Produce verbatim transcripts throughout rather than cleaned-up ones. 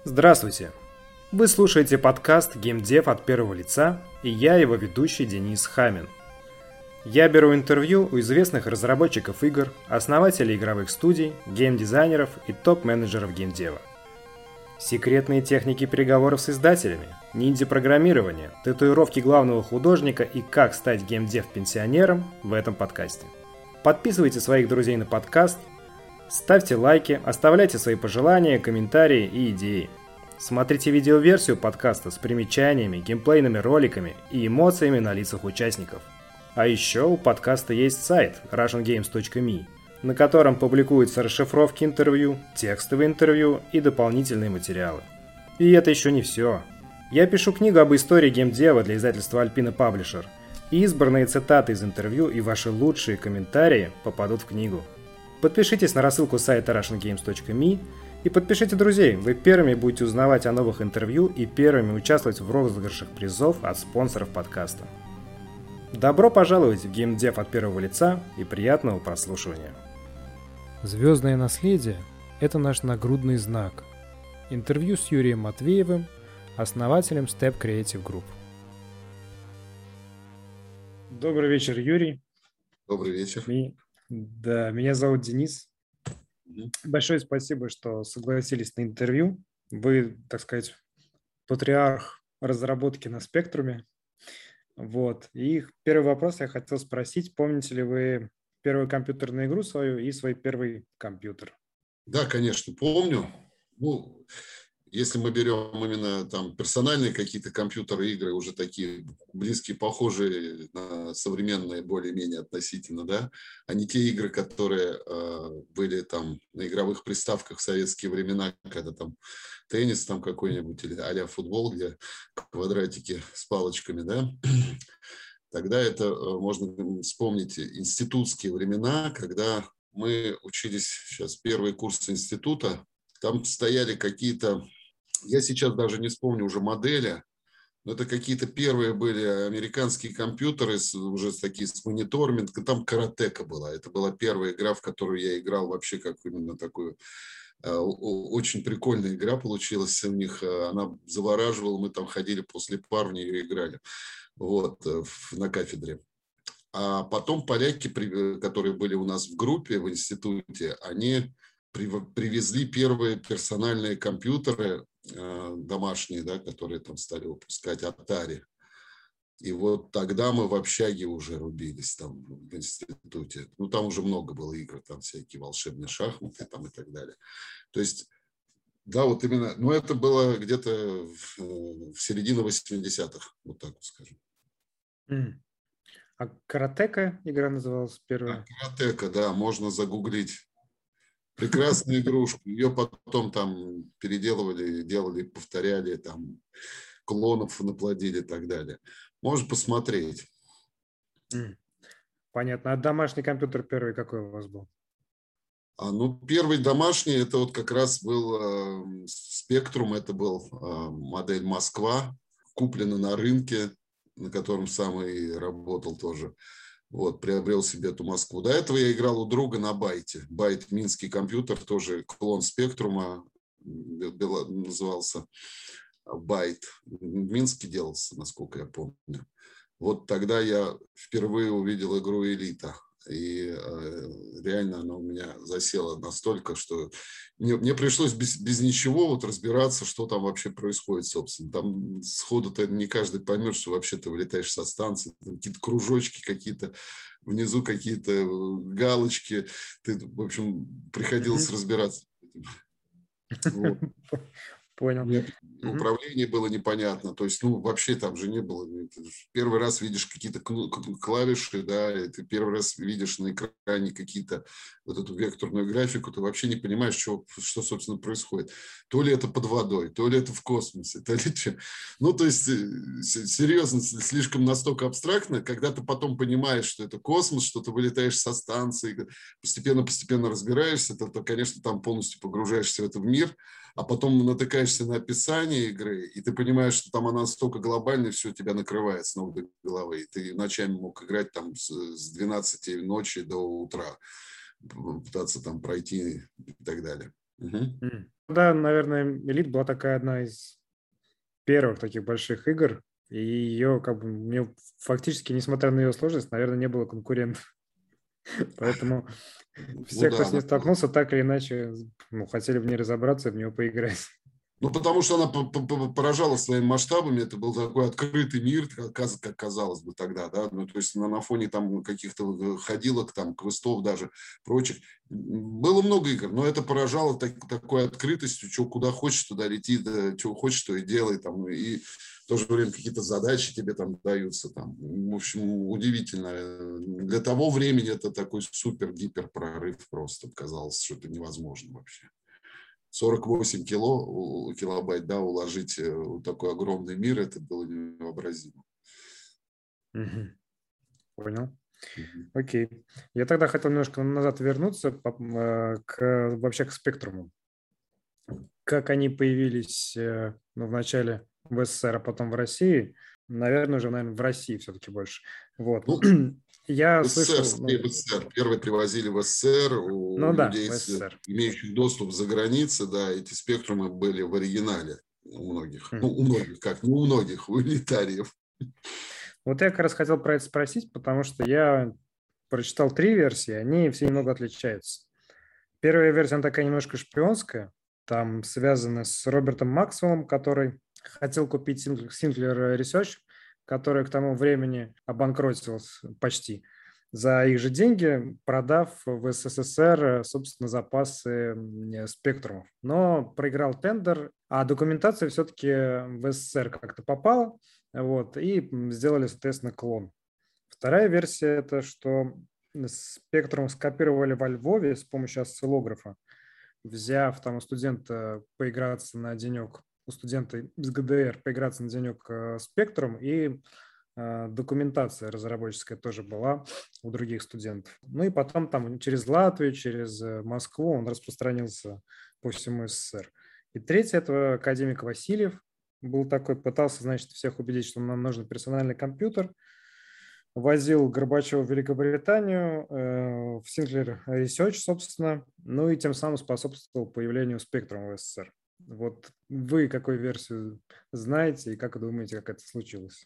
Здравствуйте! Вы слушаете подкаст «Геймдев от первого лица» и я его ведущий Денис Хамин. Я беру интервью у известных разработчиков игр, основателей игровых студий, геймдизайнеров и топ-менеджеров геймдева. Секретные техники переговоров с издателями, ниндзя-программирование, татуировки главного художника и как стать геймдев-пенсионером в этом подкасте. Подписывайте своих друзей на подкаст, ставьте лайки, оставляйте свои пожелания, комментарии и идеи. Смотрите видеоверсию подкаста с примечаниями, геймплейными роликами и эмоциями на лицах участников. А еще у подкаста есть сайт russian games точка me, на котором публикуются расшифровки интервью, текстовые интервью и дополнительные материалы. И это еще не все. Я пишу книгу об истории геймдева для издательства Alpina Publisher, и избранные цитаты из интервью и ваши лучшие комментарии попадут в книгу. Подпишитесь на рассылку сайта russian games точка me и подпишите друзей. Вы первыми будете узнавать о новых интервью и первыми участвовать в розыгрышах призов от спонсоров подкаста. Добро пожаловать в геймдев от первого лица и приятного прослушивания. Звездное наследие – это наш нагрудный знак. Интервью с Юрием Матвеевым, основателем Step Creative Group. Добрый вечер, Юрий. Добрый вечер. Ми... Да, меня зовут Денис. Угу. Большое спасибо, что согласились на интервью. Вы, так сказать, патриарх разработки на спектруме. Вот. И первый вопрос я хотел спросить, помните ли вы первую компьютерную игру свою и свой первый компьютер? Да, конечно, помню. Ну, если мы берем именно там персональные какие-то компьютеры, игры, уже такие близкие, похожие на современные более-менее относительно, да, а не те игры, которые э, были там на игровых приставках в советские времена, когда там теннис там какой-нибудь или а-ля футбол, где квадратики с палочками, да. Тогда это можно вспомнить институтские времена, когда мы учились, сейчас первый курс института, там стояли какие-то, я сейчас даже не вспомню уже модели, но это какие-то первые были американские компьютеры, уже такие с мониторами, там каратека была. Это была первая игра, в которую я играл вообще как именно такую. Очень прикольная игра получилась у них, она завораживала, мы там ходили после пар, в нее играли. Вот, на кафедре. А потом поляки, которые были у нас в группе в институте, они привезли первые персональные компьютеры домашние, да, которые там стали выпускать Atari. И вот тогда мы в общаге уже рубились там в институте. Ну, там уже много было игр, там всякие волшебные шахматы там и так далее. То есть, да, вот именно, ну, это было где-то в, в середине восьмидесятых, вот так вот скажем. Mm. А каратека игра называлась первая? А, каратека, да, можно загуглить. Прекрасная игрушка. Ее потом там переделывали, делали, повторяли, там клонов наплодили и так далее. Можно посмотреть. Mm. Понятно. А домашний компьютер первый какой у вас был? А, ну, первый домашний, это вот как раз был э, Spectrum, это был э, модель Москва, куплена на рынке, на котором сам и работал тоже. Вот, приобрел себе эту Москву. До этого я играл у друга на Байте. Байт, минский компьютер, тоже клон Спектрума, назывался Байт. В Минске делался, насколько я помню. Вот тогда я впервые увидел игру «Элита». И э, реально она у меня засела настолько, что мне, мне пришлось без, без ничего вот разбираться, что там вообще происходит, собственно. Там сходу-то не каждый поймет, что вообще ты вылетаешь со станции, какие-то кружочки какие-то, внизу какие-то галочки. Ты, в общем, приходилось mm-hmm. разбираться. Вот. Понял. Мне управление было непонятно. То есть, ну, вообще там же не было. Первый раз видишь какие-то клавиши, да, и ты первый раз видишь на экране какие-то вот эту векторную графику, ты вообще не понимаешь, что, что собственно, происходит. То ли это под водой, то ли это в космосе, то ли что. Ну, то есть, серьезно, слишком настолько абстрактно, когда ты потом понимаешь, что это космос, что ты вылетаешь со станции, постепенно-постепенно разбираешься, то, то, конечно, там полностью погружаешься в этот мир, а потом натыкаешься на описание игры, и ты понимаешь, что там она настолько глобальная, все тебя накрывает с ног до головы. И ты ночами мог играть там с двенадцати ночи до утра, пытаться там пройти и так далее. Угу. Mm. Да, наверное, Elite была такая одна из первых таких больших игр, и ее, как бы, мне фактически, несмотря на ее сложность, наверное, не было конкурентов. Поэтому Ну все, кто да, с ней да. столкнулся, так или иначе, ну, хотели в ней разобраться, в нее поиграть. Ну, потому что она поражала своими масштабами, это был такой открытый мир, как казалось бы тогда, да, ну, то есть на, на фоне там каких-то ходилок, там, квестов даже, прочих. Было много игр, но это поражало так, такой открытостью, что куда хочешь, туда лети, да, что хочешь, то и делай, там, и в то же время какие-то задачи тебе там даются, там, в общем, удивительно. Для того времени это такой супер-гипер прорыв просто, казалось, что это невозможно вообще. сорок восемь кило, килобайт, да, уложить в такой огромный мир, это было невообразимо. Угу. Понял. Угу. Окей. Я тогда хотел немножко назад вернуться к, вообще к спектруму. Как они появились, ну, в начале в СССР, а потом в России. Наверное, уже, наверное, в России все-таки больше. Вот. Ну, я в СССР, слышал... Ну, в СССР. Первые привозили в СССР у ну да, людей, в СССР. имеющих доступ за границей, да, эти спектрумы были в оригинале у многих. Mm. Ну, у многих, как, не у многих, у элитариев. Вот я как раз хотел про это спросить, потому что я прочитал три версии, они все немного отличаются. Первая версия, она такая немножко шпионская, там связана с Робертом Максвеллом, который хотел купить Sinclair Research, который к тому времени обанкротился почти за их же деньги, продав в СССР, собственно, запасы спектрумов. Но проиграл тендер, а документация все-таки в СССР как-то попала, вот, и сделали, соответственно, клон. Вторая версия – это что спектрум скопировали во Львове с помощью осциллографа, взяв там у студента поиграться на денек, у студента из ГДР поиграться на денек спектрум, и э, документация разработческая тоже была у других студентов. Ну и потом там через Латвию, через Москву он распространился по всему СССР. И третий – это академик Васильев, был такой, пытался, значит, всех убедить, что нам нужен персональный компьютер, возил Горбачева в Великобританию, э, в Sinclair Research, собственно, ну и тем самым способствовал появлению спектрума в СССР. Вот вы какую версию знаете и как думаете, как это случилось?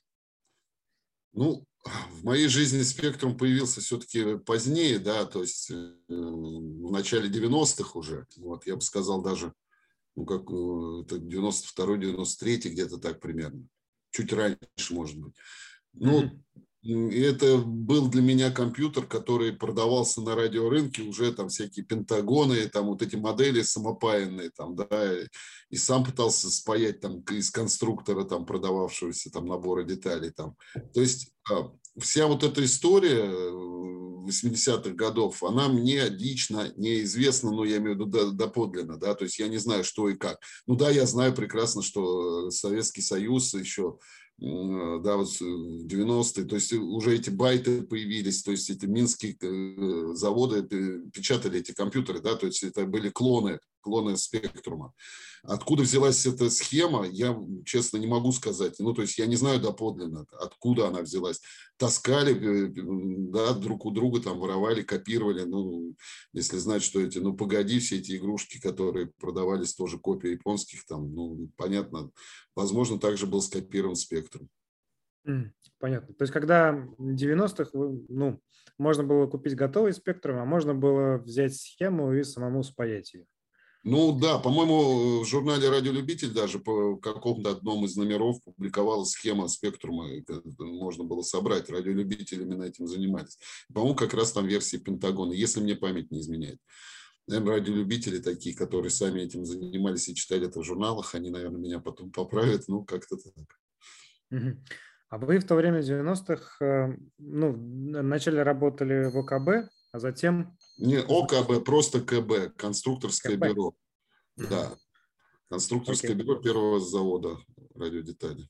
Ну, в моей жизни спектрум появился все-таки позднее, да, то есть э, в начале девяностых уже, вот, я бы сказал даже, ну, как это девяносто второй девяносто третий, где-то так примерно, чуть раньше, может быть. Ну, mm-hmm. И это был для меня компьютер, который продавался на радиорынке, уже там всякие пентагоны, там вот эти модели самопаянные, там, да, и сам пытался спаять там из конструктора, там, продававшегося там набора деталей, там. То есть вся вот эта история восьмидесятых годов, она мне лично неизвестна, но я имею в виду доподлинно, да, то есть я не знаю, что и как. Ну да, я знаю прекрасно, что Советский Союз еще, да, вот в девяностые, то есть уже эти байты появились, то есть эти минские заводы печатали эти компьютеры, да, то есть это были клоны, клоны спектрума. Откуда взялась эта схема, я, честно, не могу сказать. Ну, то есть я не знаю доподлинно, откуда она взялась. Таскали, да, друг у друга там воровали, копировали. Ну, если знать, что эти, ну, погоди, все эти игрушки, которые продавались, тоже копии японских, там, ну, понятно, возможно, также был скопирован спектрум. Понятно. То есть, когда в девяностых, ну, можно было купить готовый спектрум, а можно было взять схему и самому спаять ее. Ну да, по-моему, в журнале «Радиолюбитель» даже по какому-то одном из номеров публиковалась схема спектрума, можно было собрать. Радиолюбители именно этим занимались. По-моему, как раз там версии Пентагона, если мне память не изменяет. Наверное, радиолюбители такие, которые сами этим занимались и читали это в журналах, они, наверное, меня потом поправят, ну, как-то так. А вы в то время, в девяностых, ну, вначале работали в ОКБ, а затем... Не ОКБ, просто КБ, конструкторское КБ. бюро. Да, конструкторское okay. бюро первого завода радиодеталей.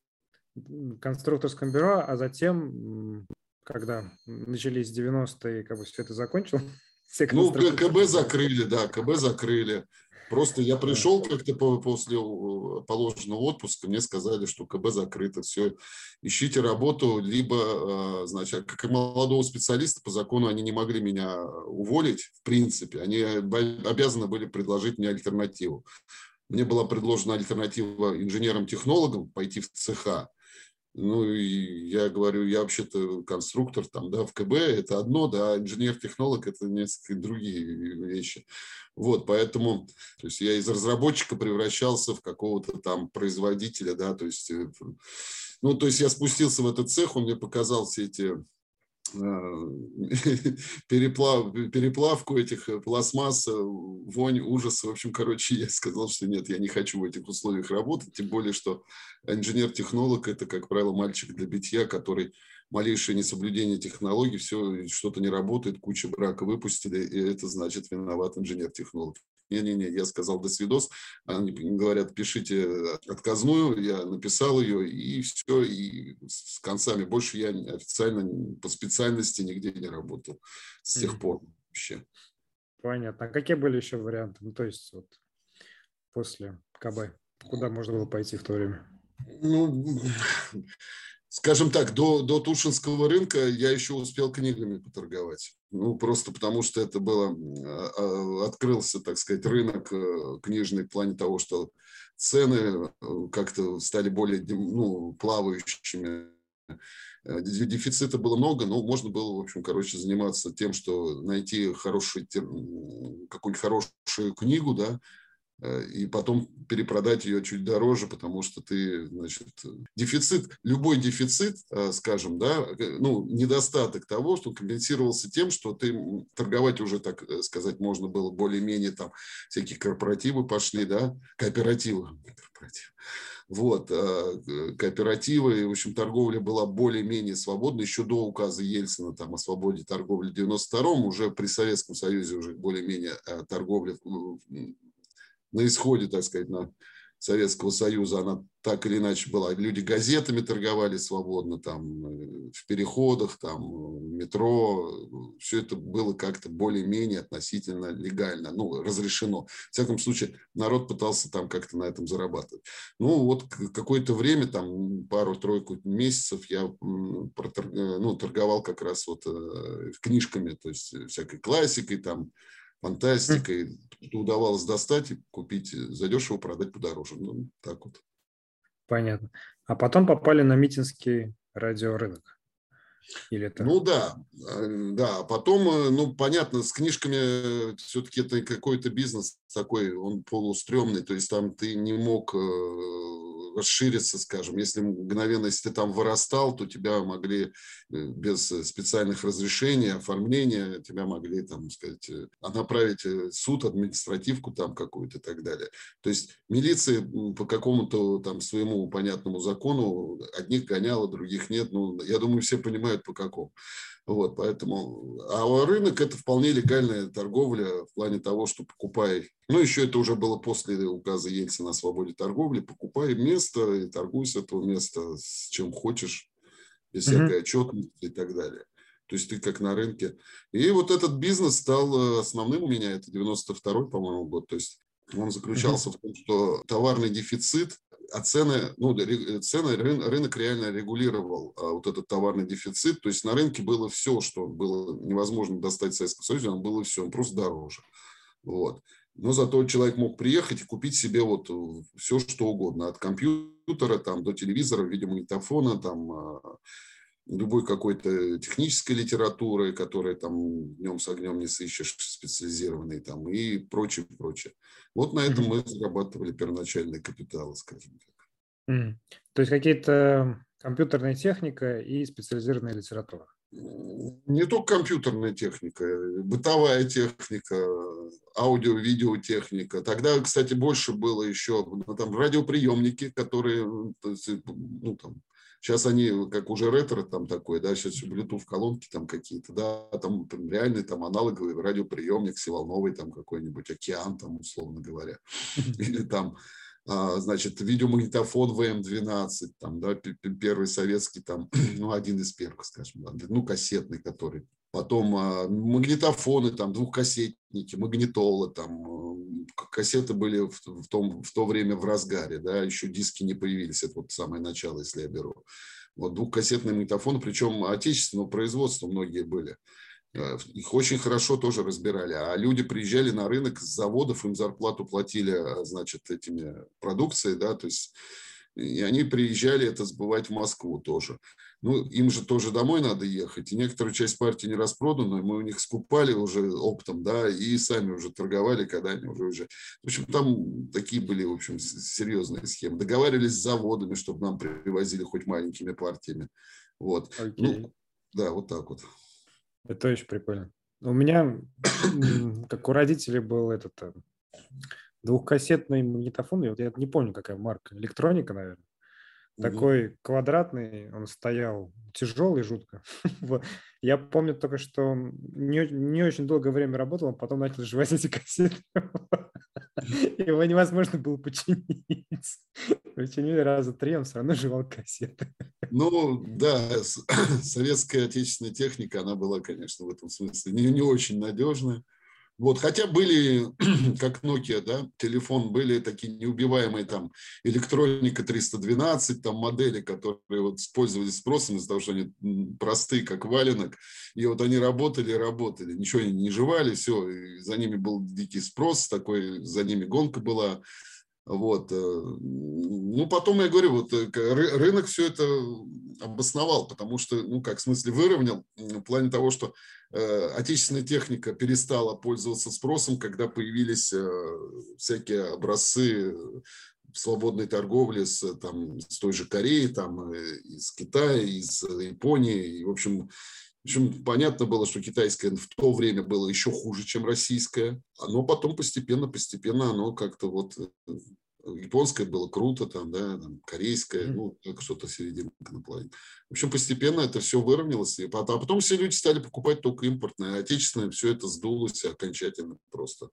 В конструкторском бюро, а затем, когда начались девяностые, как бы все это закончилось? Ну, КБ закрыли, да, КБ закрыли. Просто я пришел как-то после положенного отпуска, мне сказали, что КБ закрыто, все, ищите работу, либо, значит, как и молодого специалиста, по закону они не могли меня уволить, в принципе, они обязаны были предложить мне альтернативу. Мне была предложена альтернатива инженерам-технологам пойти в цеха. Ну, и я говорю, я вообще-то конструктор там, да, в КБ это одно, да, а инженер-технолог это несколько другие вещи. Вот, поэтому, то есть я из разработчика превращался в какого-то там производителя, да, то есть, ну, то есть я спустился в этот цех, он мне показал все эти переплав, переплавку этих пластмасс, вонь, ужас. В общем, короче, я сказал, что нет, я не хочу в этих условиях работать, тем более, что инженер-технолог – это, как правило, мальчик для битья, который малейшее несоблюдение технологий, все, что-то не работает, куча брака выпустили, и это значит виноват инженер-технолог. Не-не-не, я сказал до свидос. Они говорят, пишите отказную, я написал ее, и все, и с концами. Больше я официально по специальности нигде не работал с тех пор вообще. Понятно. А какие были еще варианты? Ну, то есть вот после КБ, куда можно было пойти в то время? Ну, скажем так, до, до Тушинского рынка я еще успел книгами поторговать. Ну, просто потому что это было, открылся, так сказать, рынок книжный в плане того, что цены как-то стали более, ну, плавающими. Дефицита было много, но можно было, в общем, короче, заниматься тем, что найти хороший, какую-нибудь хорошую книгу, да, и потом перепродать ее чуть дороже, потому что ты, значит, дефицит, любой дефицит, скажем, да, ну, недостаток того, что компенсировался тем, что ты торговать уже, так сказать, можно было более-менее, там, всякие корпоративы пошли, да, кооперативы, корпоратив. Вот, кооперативы, в общем, торговля была более-менее свободна еще до указа Ельцина там, о свободе торговли в девяносто втором, уже при Советском Союзе уже более-менее торговля на исходе, так сказать, на Советского Союза, она так или иначе была. Люди газетами торговали свободно, там, в переходах, там, в метро. Все это было как-то более-менее относительно легально, ну, разрешено. В всяком случае, народ пытался там как-то на этом зарабатывать. Ну, вот какое-то время, там, пару-тройку месяцев я ну, торговал как раз вот книжками, то есть всякой классикой, там, фантастикой, что удавалось достать и купить задешево, продать подороже. Ну, так вот. Понятно. А потом попали на Митинский радиорынок. Или это... Ну да, да. Потом, ну понятно, с книжками все-таки это какой-то бизнес такой, он полустрёмный, то есть там ты не мог расшириться, скажем. Если мгновенно, если ты там вырастал, то тебя могли без специальных разрешений, оформления, тебя могли, там, сказать, направить в суд, административку там какую-то и так далее. То есть милиция по какому-то там своему понятному закону одних гоняла, других нет. Ну, я думаю, все понимают, по какому. Вот, поэтому, а рынок – это вполне легальная торговля в плане того, что покупай. Ну, еще это уже было после указа Ельцина о свободе торговли. Покупай место и торгуй с этого места с чем хочешь, без всякой отчетности и так далее. То есть ты как на рынке. И вот этот бизнес стал основным у меня, это девяносто второй, по-моему, год. То есть он заключался в том, что товарный дефицит, а цены, ну, цены рынок реально регулировал а, вот этот товарный дефицит. То есть на рынке было все, что было невозможно достать в Советском Союзе, оно было все, он просто дороже. Вот. Но зато человек мог приехать и купить себе вот все, что угодно. От компьютера там, до телевизора, видеомагнитофона, там, любой какой-то технической литературы, которая там днем с огнем не сыщешь, специализированной там, и прочее, прочее. Вот на этом мы зарабатывали первоначальные капиталы, скажем так. Mm. То есть какие-то компьютерная техника и специализированная литература? Не только компьютерная техника, бытовая техника, аудио-видеотехника. Тогда, кстати, больше было еще там радиоприемники, которые, ну, там, сейчас они как уже ретро там такой, да, сейчас Bluetooth колонки там какие-то, да, там, там реальный там аналоговый радиоприемник всеволновый там какой-нибудь океан там, условно говоря, или там Значит, видеомагнитофон вэ эм двенадцать, там, да, первый советский, там, ну, один из первых, скажем, да, ну, кассетный, который. Потом а, магнитофоны, там, двухкассетники, магнитолы, там, кассеты были в, в, том, в то время в разгаре, да, еще диски не появились, это вот самое начало, если я беру. Вот двухкассетные магнитофоны, причем отечественного производства многие были. Их очень хорошо тоже разбирали. А люди приезжали на рынок с заводов, им зарплату платили, значит, этими продукцией, да, то есть и они приезжали это сбывать в Москву тоже. Ну, им же тоже домой надо ехать. И некоторую часть партии не распроданную, мы у них скупали уже оптом, да, и сами уже торговали, когда они уже уже. В общем, там такие были, в общем, серьезные схемы. Договаривались с заводами, чтобы нам привозили хоть маленькими партиями. Вот. Окей. Ну, да, вот так вот. Это очень прикольно. У меня, как у родителей, был этот двухкассетный магнитофон. Я, я не помню, какая марка. Электроника, наверное. Такой угу. квадратный, он стоял тяжелый жутко. Я помню только, что не, не очень долгое время работал, а потом начал жевать эти кассеты. Его невозможно было починить. Починили раза три, он все равно жевал кассеты. Ну, да, советская отечественная техника, она была, конечно, в этом смысле не, не очень надежная. Вот, хотя были, как Nokia, да, телефон, были такие неубиваемые там электроника триста двенадцать, там модели, которые вот пользовались спросом из-за того, что они простые, как валенок. И вот они работали, работали, ничего они не жевали, все, и за ними был дикий спрос, такой, за ними гонка была. Вот. Ну, потом, я говорю, вот рынок все это обосновал, потому что, ну, как в смысле выровнял, в плане того, что э, отечественная техника перестала пользоваться спросом, когда появились э, всякие образцы свободной торговли с, там, с той же Кореей, там, из Китая, из Японии, и, в общем... В общем, понятно было, что китайское в то время было еще хуже, чем российское. Но потом постепенно, постепенно оно как-то вот... Японское было круто, там, да, там, корейское, mm-hmm. ну, как что-то серединка на плане. В общем, постепенно это все выровнялось. И потом, а потом все люди стали покупать только импортное. А отечественное все это сдулось окончательно просто.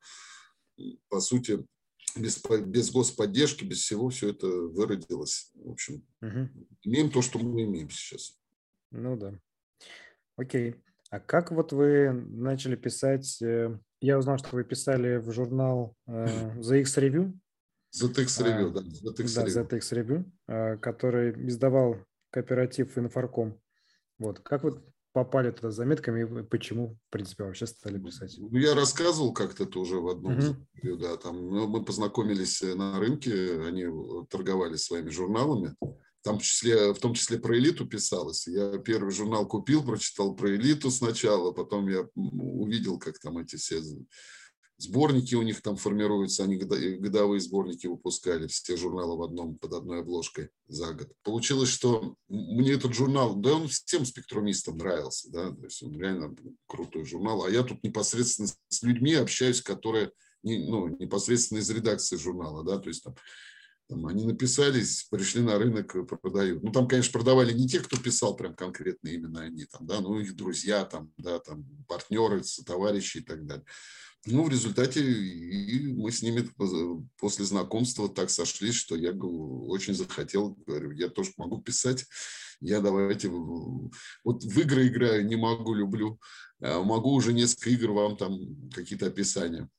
По сути, без, без господдержки, без всего все это выродилось. В общем, mm-hmm. имеем то, что мы имеем сейчас. Ну да. Окей. А как вот вы начали писать? Я узнал, что вы писали в журнал зет икс Review. зет икс Review, да. зет икс да, Review. зет икс Review, который издавал кооператив Инфарком. Вот. Как вы попали туда с заметками и почему, в принципе, вообще стали писать? Ну, я рассказывал как-то тоже в одном uh-huh. интервью, да. Там, ну, мы познакомились на рынке, они торговали своими журналами. Там в, числе, в том числе про элиту писалось. Я первый журнал купил, прочитал про элиту сначала, потом я увидел, как там эти все сборники у них там формируются. Они годовые сборники выпускали, все журналы в одном, под одной обложкой за год. Получилось, что мне этот журнал, да он всем спектрумистам нравился, да, то есть он реально крутой журнал. А я тут непосредственно с людьми общаюсь, которые ну, непосредственно из редакции журнала, да, то есть там Там они написались, пришли на рынок, продают. Ну, там, конечно, продавали не те, кто писал прям конкретно именно они, там, да, ну, их друзья, там, да, там, партнеры, товарищи и так далее. Ну, в результате и мы с ними после знакомства так сошлись, что я очень захотел, говорю, я тоже могу писать, я давайте, вот в игры играю, не могу, люблю, могу уже несколько игр вам там какие-то описания.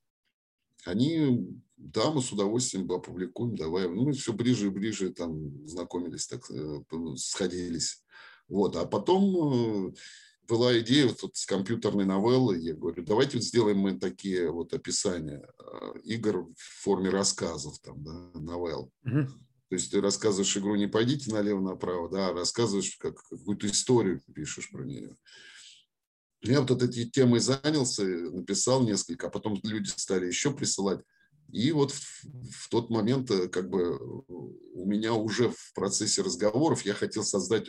Они, да, мы с удовольствием опубликуем, давай. Ну, все ближе и ближе там знакомились, так сходились. Вот. А потом была идея вот, вот с компьютерной новеллой. Я говорю, давайте вот сделаем мы такие вот описания игр в форме рассказов, там, да, новелл. Mm-hmm. То есть ты рассказываешь игру не пойдите налево-направо, да, а рассказываешь как, какую-то историю, пишешь про нее. Я вот этой темой занялся, написал несколько, а потом люди стали еще присылать. И вот в, в тот момент как бы у меня уже в процессе разговоров я хотел создать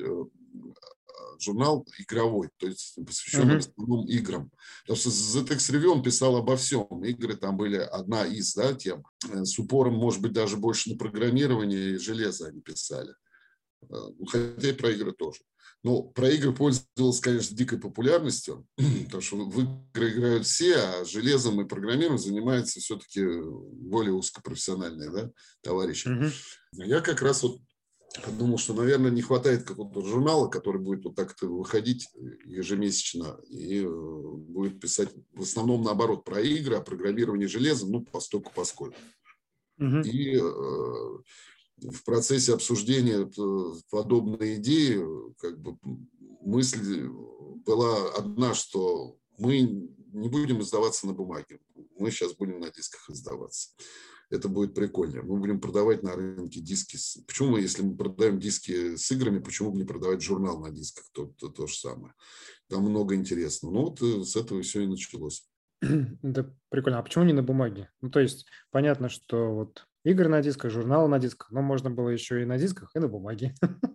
журнал игровой, то есть посвященный uh-huh. в основном играм. Потому что зет икс Review он писал обо всем. Игры там были одна из да, тем. С упором, может быть, даже больше на программирование и железо они писали. Хотя и про игры тоже. Но про игры пользовался, конечно, дикой популярностью, потому что в игры играют все, а железом и программированием занимаются все-таки более узкопрофессиональные, да, товарищи. Угу. Я как раз вот подумал, что, наверное, не хватает какого-то журнала, который будет вот так-то выходить ежемесячно и будет писать в основном наоборот про игры, о программировании железом, ну, постольку поскольку. Угу. И э, в процессе обсуждения подобной идеи как бы мысль была одна, что мы не будем издаваться на бумаге, мы сейчас будем на дисках издаваться. Это будет прикольно. Мы будем продавать на рынке диски. Почему мы, если мы продаем диски с играми, почему бы не продавать журнал на дисках? То, то, то же самое. Там много интересного. Ну вот с этого все и началось. Это прикольно. А почему не на бумаге? Ну, то есть понятно, что вот игры на дисках, журналы на дисках, но можно было еще и на дисках, и на бумаге.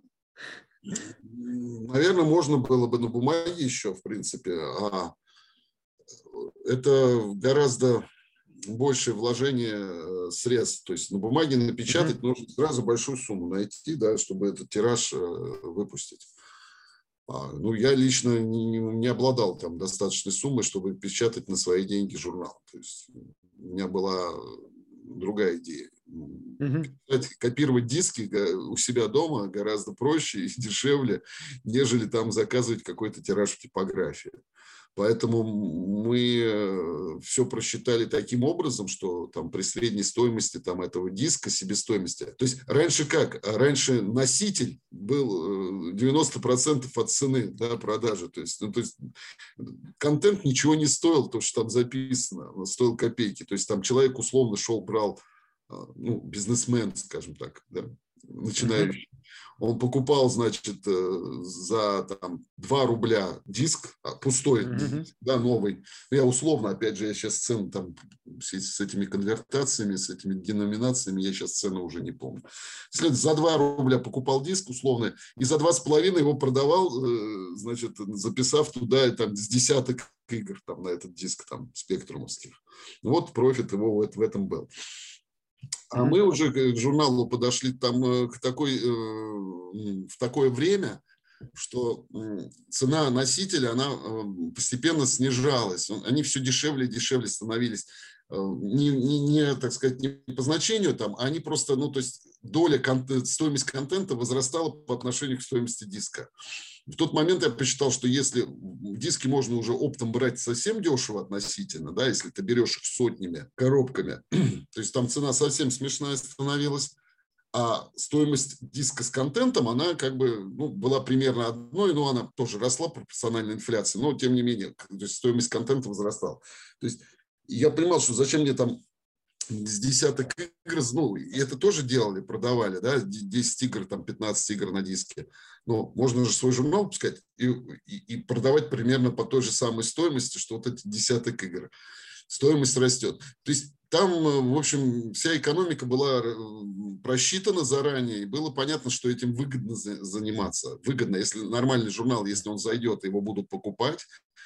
Наверное, можно было бы на бумаге еще, в принципе. А это гораздо большее вложение средств. То есть на бумаге напечатать mm-hmm. нужно сразу большую сумму найти, да, чтобы этот тираж выпустить. А, ну, я лично не, не обладал там достаточной суммой, чтобы печатать на свои деньги журнал. То есть у меня была другая идея. Mm-hmm. Копировать диски у себя дома гораздо проще и дешевле, нежели там заказывать какой-то тираж в типографии. Поэтому мы все просчитали таким образом, что там при средней стоимости там, этого диска, себестоимости. То есть раньше как? Раньше носитель был девяносто процентов от цены, да, продажи. То есть, ну, то есть контент ничего не стоил, то, что там записано, он стоил копейки. То есть там человек условно шел, брал, ну, бизнесмен, скажем так, да, начинающий. Он покупал, значит, за там, два рубля диск, пустой, mm-hmm. да, новый. Я условно, опять же, я сейчас цену там с, с этими конвертациями, с этими деноминациями, я сейчас цену уже не помню. Если за два рубля покупал диск условно, и за два с половиной его продавал, значит, записав туда там, с десяток игр там, на этот диск там, спектрумовских. Вот профит его вот в этом был. А мы уже к журналу подошли там к такой, в такое время, что цена носителя, она постепенно снижалась. Они все дешевле и дешевле становились. Не, не, не, так сказать, не по значению, там, а они просто, ну, то есть доля, стоимость контента возрастала по отношению к стоимости диска. В тот момент я посчитал, что если диски можно уже оптом брать совсем дешево относительно, да, если ты берешь их сотнями, коробками, то есть там цена совсем смешная становилась, а стоимость диска с контентом, она как бы ну, была примерно одной, но она тоже росла пропорционально инфляции, но тем не менее, то есть стоимость контента возрастала. То есть я понимал, что зачем мне там с десяток игр, ну, и это тоже делали, продавали, да, десять игр, там, пятнадцать игр на диске. Но можно же свой журнал пускать и, и, и продавать примерно по той же самой стоимости, что вот эти десяток игр. Стоимость растет. То есть там, в общем, вся экономика была просчитана заранее, и было понятно, что этим выгодно заниматься. Выгодно, если нормальный журнал, если он зайдет, его будут покупать,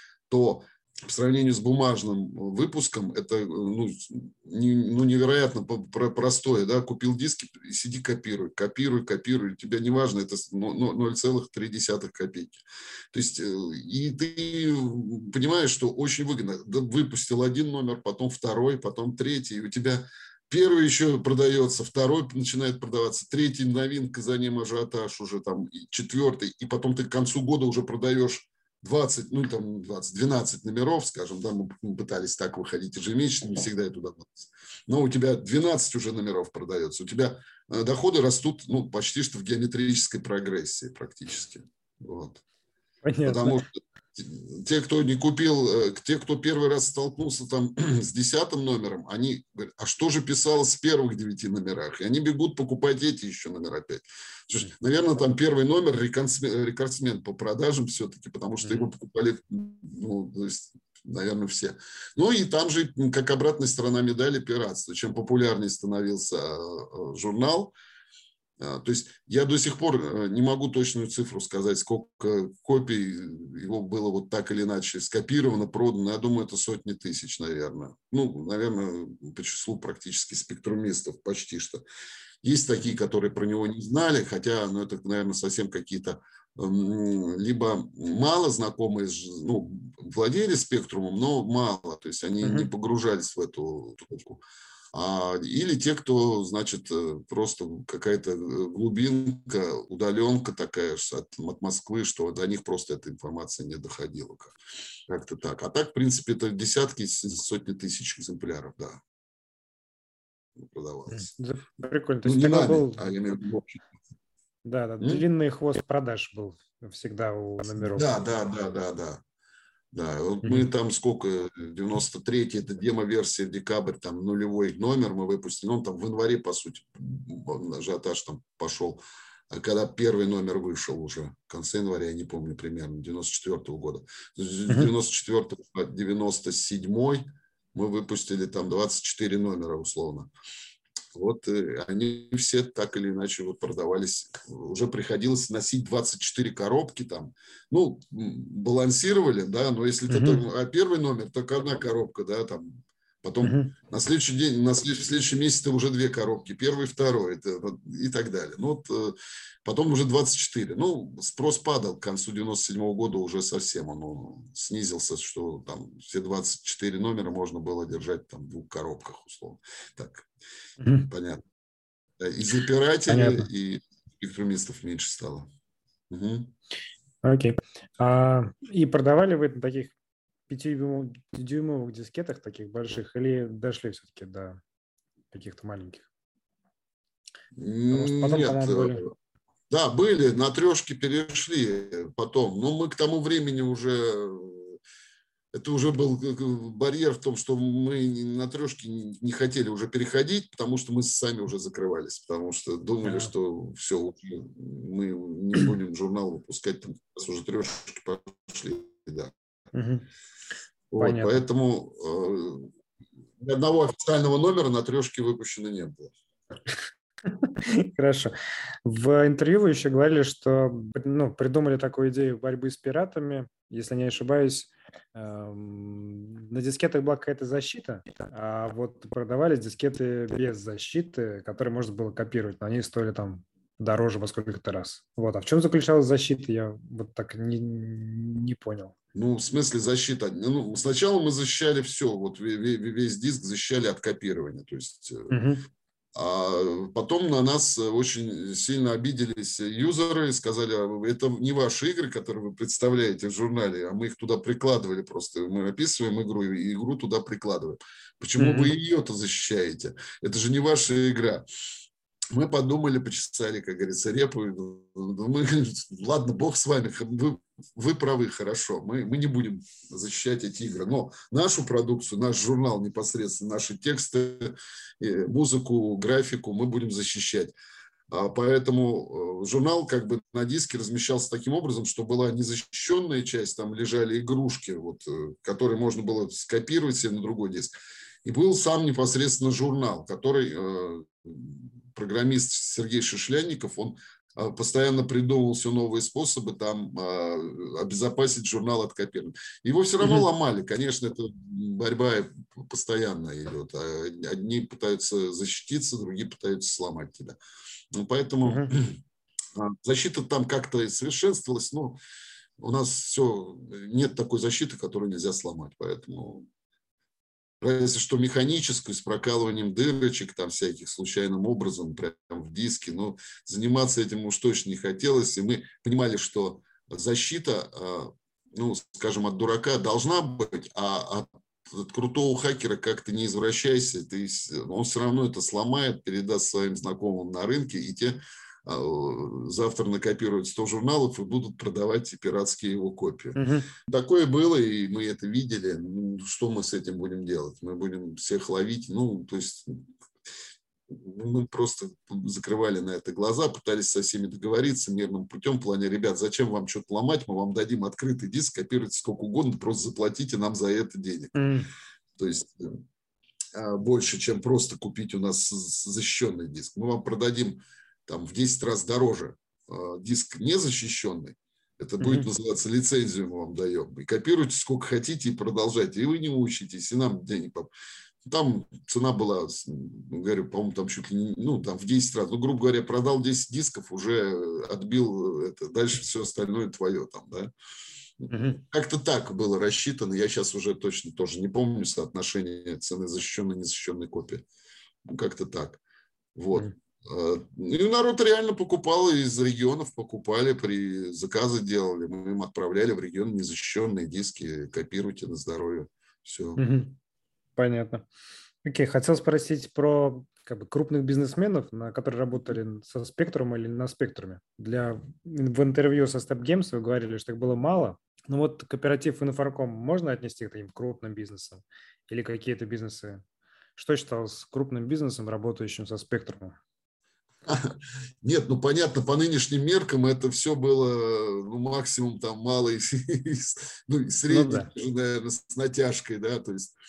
то по сравнению с бумажным выпуском это ну, не, ну, невероятно простое. Да? Купил диски, сиди копируй, копируй, копируй. Тебе не важно, это ноль целых три десятых копейки. То есть, и ты понимаешь, что очень выгодно. Выпустил один номер, потом второй, потом третий. И у тебя первый еще продается, второй начинает продаваться, третий новинка, за ним ажиотаж уже там, и четвертый. И потом ты к концу года уже продаешь двадцать, ну там двадцать, двенадцать номеров, скажем, да, мы пытались так выходить ежемесячно, не всегда это удавалось. Но у тебя двенадцать уже номеров продается, у тебя доходы растут, ну, почти что в геометрической прогрессии практически. Вот. Понятно. Потому что те, кто не купил, те, кто первый раз столкнулся там с десятым номером, они говорят, а что же писалось в первых девяти номерах? И они бегут покупать эти еще номера пять. Слушай, наверное, там первый номер рекордсмен по продажам все-таки, потому что его покупали, ну, то есть, наверное, все. Ну и там же, как обратная сторона медали, пиратство. Чем популярнее становился журнал, То есть я до сих пор не могу точную цифру сказать, сколько копий его было вот так или иначе скопировано, продано. Я думаю, это сотни тысяч, наверное. Ну, наверное, по числу практически спектрумистов почти что. Есть такие, которые про него не знали, хотя, ну, это, наверное, совсем какие-то либо мало знакомые, ну, владели спектрумом, но мало. То есть они uh-huh. не погружались в эту трубку. А, или те, кто, значит, просто какая-то глубинка, удаленка такая от, от Москвы, что до них просто эта информация не доходила. Как, как-то так. А так, в принципе, это десятки, сотни тысяч экземпляров, да, продавалось. Прикольно. То ну, есть не нами, был... а именно в общем. Да, да, М? длинный хвост продаж был всегда у номеров. Да, да, да, да, да. Да, вот Mm-hmm. мы там сколько, девяносто третий, это демо-версия, декабрь, там нулевой номер мы выпустили, ну, там в январе, по сути, ажиотаж там пошел, а когда первый номер вышел уже, в конце января, я не помню, примерно, девяносто четвёртого года. С девяносто четвёртого по девяносто седьмой мы выпустили там двадцать четыре номера, условно. Вот они все так или иначе вот продавались. Уже приходилось носить двадцать четыре коробки там. Ну, балансировали, да, но если uh-huh. это первый номер, только одна коробка, да, там. Потом uh-huh. на следующий день, на следующий, в следующем месяце уже две коробки, первый, второй это, и так далее. Ну, вот, потом уже двадцать четыре. Ну, спрос падал к концу девяносто седьмого года уже совсем. Он снизился, что там все двадцать четыре номера можно было держать там в двух коробках, условно. Так, mm-hmm. понятно. И запирателей, и спектрумистов меньше стало. Угу. Окей. А, и продавали вы на таких пятидюймовых дискетах, таких больших, или дошли все-таки до каких-то маленьких? Потому что потом, Нет, по-моему, были... Да, были, на трешки перешли потом. Но мы к тому времени уже... Это уже был барьер в том, что мы на трешки не хотели уже переходить, потому что мы сами уже закрывались, потому что думали, а. что все, мы не будем журнал выпускать, там уже трешки пошли, да. Угу. Вот, поэтому э, ни одного официального номера на трешке выпущено не было. Хорошо. В интервью вы еще говорили, что ну, придумали такую идею борьбы с пиратами. Если не ошибаюсь, эм, на дискетах была какая-то защита, а вот продавались дискеты без защиты, которые можно было копировать, но они стоили там дороже во сколько-то раз. Вот. А в чем заключалась защита, я вот так не, не понял. Ну, в смысле защита? Ну, сначала мы защищали все, вот весь диск защищали от копирования, то есть... Uh-huh. А потом на нас очень сильно обиделись юзеры и сказали, это не ваши игры, которые вы представляете в журнале, а мы их туда прикладывали просто. Мы описываем игру и игру туда прикладываем. Почему mm-hmm. вы ее-то защищаете? Это же не ваша игра. Мы подумали, почесали, как говорится, репу. Мы, ладно, бог с вами, вы, вы правы, хорошо. Мы, мы не будем защищать эти игры. Но нашу продукцию, наш журнал непосредственно, наши тексты, музыку, графику мы будем защищать. Поэтому журнал как бы на диске размещался таким образом, что была незащищенная часть, там лежали игрушки, вот, которые можно было скопировать себе на другой диск. И был сам непосредственно журнал, который э, программист Сергей Шишлянников, он э, постоянно придумывал все новые способы там э, обезопасить журнал от копирования. Его все равно mm-hmm. ломали, конечно, это борьба постоянно идет. Одни пытаются защититься, другие пытаются сломать тебя. Ну, поэтому mm-hmm. защита там как-то совершенствовалась, но у нас все, нет такой защиты, которую нельзя сломать, поэтому... Разве что механическую, с прокалыванием дырочек, там всяких случайным образом, прямо в диске. Но заниматься этим уж точно не хотелось. И мы понимали, что защита, ну, скажем, от дурака должна быть, а от, от крутого хакера как-то не извращайся. Ты, он все равно это сломает, передаст своим знакомым на рынке, и те завтра накопируют сто журналов и будут продавать пиратские его копии. Uh-huh. Такое было, и мы это видели. Ну, что мы с этим будем делать? Мы будем всех ловить. Ну, то есть мы просто закрывали на это глаза, пытались со всеми договориться мирным путем в плане, ребят, зачем вам что-то ломать? Мы вам дадим открытый диск, копируйте сколько угодно, просто заплатите нам за это денег. Uh-huh. То есть больше, чем просто купить у нас защищенный диск. Мы вам продадим там в десять раз дороже диск незащищенный, это будет Мгм. называться лицензию мы вам даем. И копируйте сколько хотите и продолжайте. И вы не учитесь, и нам денег. поп- Там цена была, с- говорю, по-моему, там чуть ли не, ну, там в десять раз. Ну, грубо говоря, продал десять дисков, уже отбил это. Дальше все остальное твое там, да. Мгм. Как-то так было рассчитано. Я сейчас уже точно тоже не помню соотношение цены защищенной и незащищенной копии. Ну, как-то так. Вот. Мгм. А, И народ реально покупал, из регионов покупали, при заказы делали. Мы им отправляли в регион незащищенные диски, копируйте на здоровье. Все. Мгм. Понятно. Окей, хотел спросить про как бы крупных бизнесменов, на которые работали со спектром или на спектруме. Для, в интервью со Step Games вы говорили, что их было мало. Ну вот кооператив Информком можно отнести к таким крупным бизнесам? Или какие-то бизнесы? Что считалось крупным бизнесом, работающим со спектрумом? Нет, ну понятно, по нынешним меркам это все было, ну, максимум там малый, ну, и Ну средний, да. даже, наверное, с натяжкой, да, то есть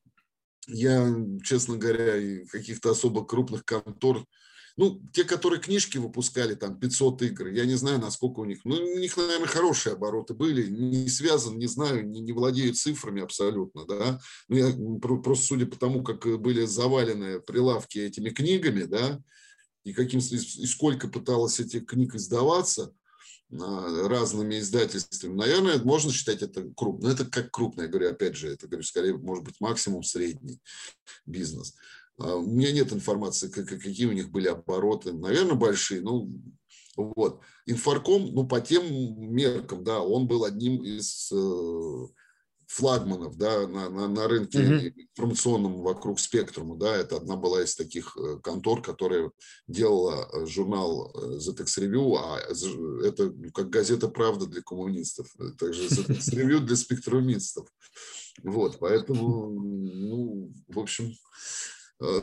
я, честно говоря, и каких-то особо крупных контор, ну, те, которые книжки выпускали, там, пятьсот игр, я не знаю, насколько у них, ну, у них, наверное, хорошие обороты были, не связан, не знаю, не, не владею цифрами абсолютно, да, ну, я про- просто судя по тому, как были завалены прилавки этими книгами, да, и каким и сколько пыталось этих книг издаваться а, разными издательствами, наверное, можно считать это крупным. Но это как крупное, я говорю, опять же, это, говорю, скорее, может быть, максимум средний бизнес. А, У меня нет информации, как- какие у них были обороты. Наверное, большие. Ну, вот. Инфарком, ну, по тем меркам, да, он был одним из э, флагманов, да, на, на, на рынке Мгм. информационном вокруг Спектрума, да, это одна была из таких э, контор, которая делала э, журнал э, зет икс Review, а з- это ну, как газета «Правда» для коммунистов, э, также зет икс Review для спектрумистов. Вот, поэтому, ну, в общем, э,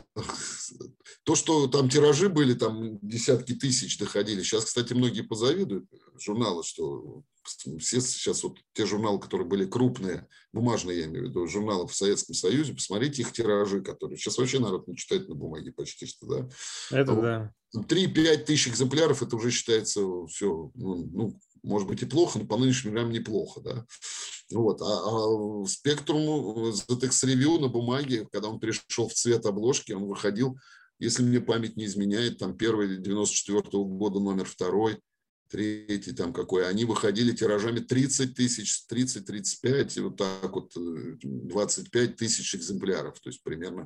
то, что там тиражи были, там десятки тысяч доходили. Сейчас, кстати, многие позавидуют журналы, что все сейчас вот те журналы, которые были крупные, бумажные, я имею в виду, журналы в Советском Союзе, посмотрите их тиражи, которые сейчас вообще народ не читает на бумаге почти что, да. Это Вот. да. три-пять тысяч экземпляров, это уже считается все, ну, ну, может быть и плохо, но по нынешним временам неплохо, да. Вот. А, а Spectrum зет икс Review на бумаге, когда он перешел в цвет обложки, он выходил, если мне память не изменяет, там первый девяносто четвёртого года номер второй, третий там какой, они выходили тиражами тридцать тысяч, тридцать-тридцать пять, вот так вот двадцать пять тысяч экземпляров, то есть примерно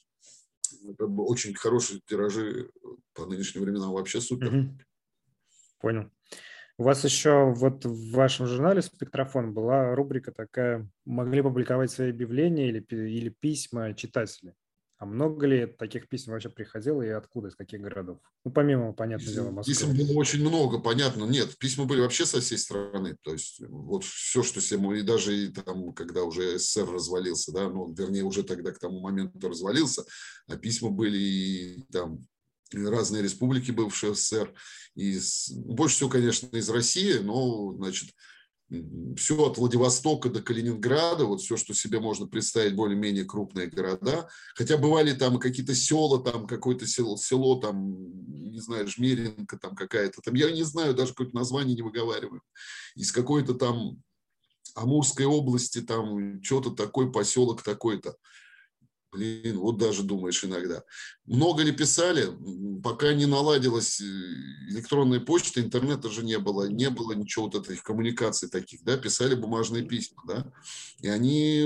это очень хорошие тиражи по нынешним временам, вообще супер. Мгм. Понял. У вас еще вот в вашем журнале «Спектрофон» была рубрика такая «Могли публиковать свои объявления или, пи- или письма читатели». А много ли таких писем вообще приходило и откуда, из каких городов? Ну, помимо, понятное дело, Писем Москвы. было очень много, понятно. Нет, письма были вообще со всей страны. То есть вот все, что все мы, и даже и там, когда уже эс эс эс эр развалился, да, ну, вернее, уже тогда к тому моменту развалился, а письма были и там разные республики бывшие эс эс эс эр. Из, больше всего, конечно, из России, но, значит, все от Владивостока до Калининграда, вот все, что себе можно представить, более-менее крупные города. Хотя бывали там какие-то села, там какое-то село, село там, не знаю, Жмеринка там какая-то, там, я не знаю, даже какое-то название не выговариваю. Из какой-то там Амурской области, там, что-то такой, поселок такой-то. Блин, вот даже думаешь иногда. Много ли писали? Пока не наладилась электронная почта, интернета же не было, не было ничего вот этих коммуникаций таких, да, писали бумажные письма, да, и они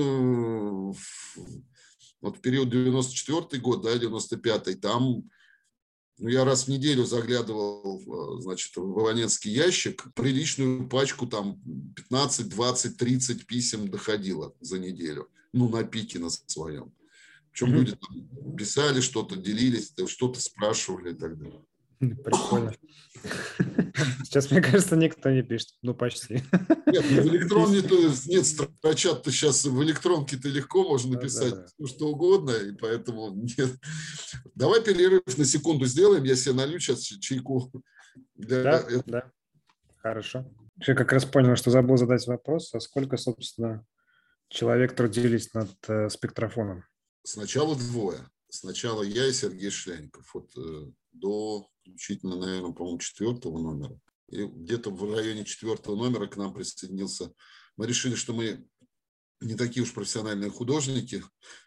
вот в период девяносто четвёртый год, да, девяносто пятый, там ну, я раз в неделю заглядывал, значит, в абонентский ящик, приличную пачку, там, пятнадцать, двадцать, тридцать писем доходило за неделю, ну, на пике на своем. Причем Мгм. люди там писали что-то, делились, что-то спрашивали и так далее. Прикольно. Сейчас, мне кажется, никто не пишет. Ну, почти. Нет, ну в электроне, Пись- то есть нет, строчат-то сейчас в электронке-то легко можно Да, да, написать да. все, что угодно, и поэтому нет. Давай перерыв на секунду сделаем, я себе налью сейчас чайку. Для... Да, да, хорошо. Я как раз понял, что забыл задать вопрос, а сколько, собственно, человек трудились над э, спектрофоном? Сначала двое. Сначала я и Сергей Шляников. Вот, до включительно, наверное, по-моему, четвертого номера. И где-то в районе четвертого номера к нам присоединился. Мы решили, что мы не такие уж профессиональные художники.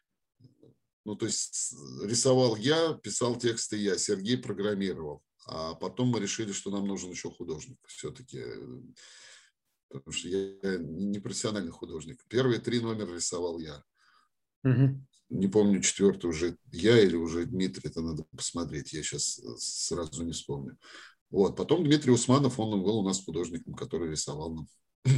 Ну, то есть рисовал я, писал тексты я, Сергей программировал. А потом мы решили, что нам нужен еще художник все-таки. Потому что я не профессиональный художник. Первые три номера рисовал я. Угу. Не помню, четвертый уже я или уже Дмитрий, это надо посмотреть. Я сейчас сразу не вспомню. Вот. Потом Дмитрий Усманов, он был у нас художником, который рисовал нам.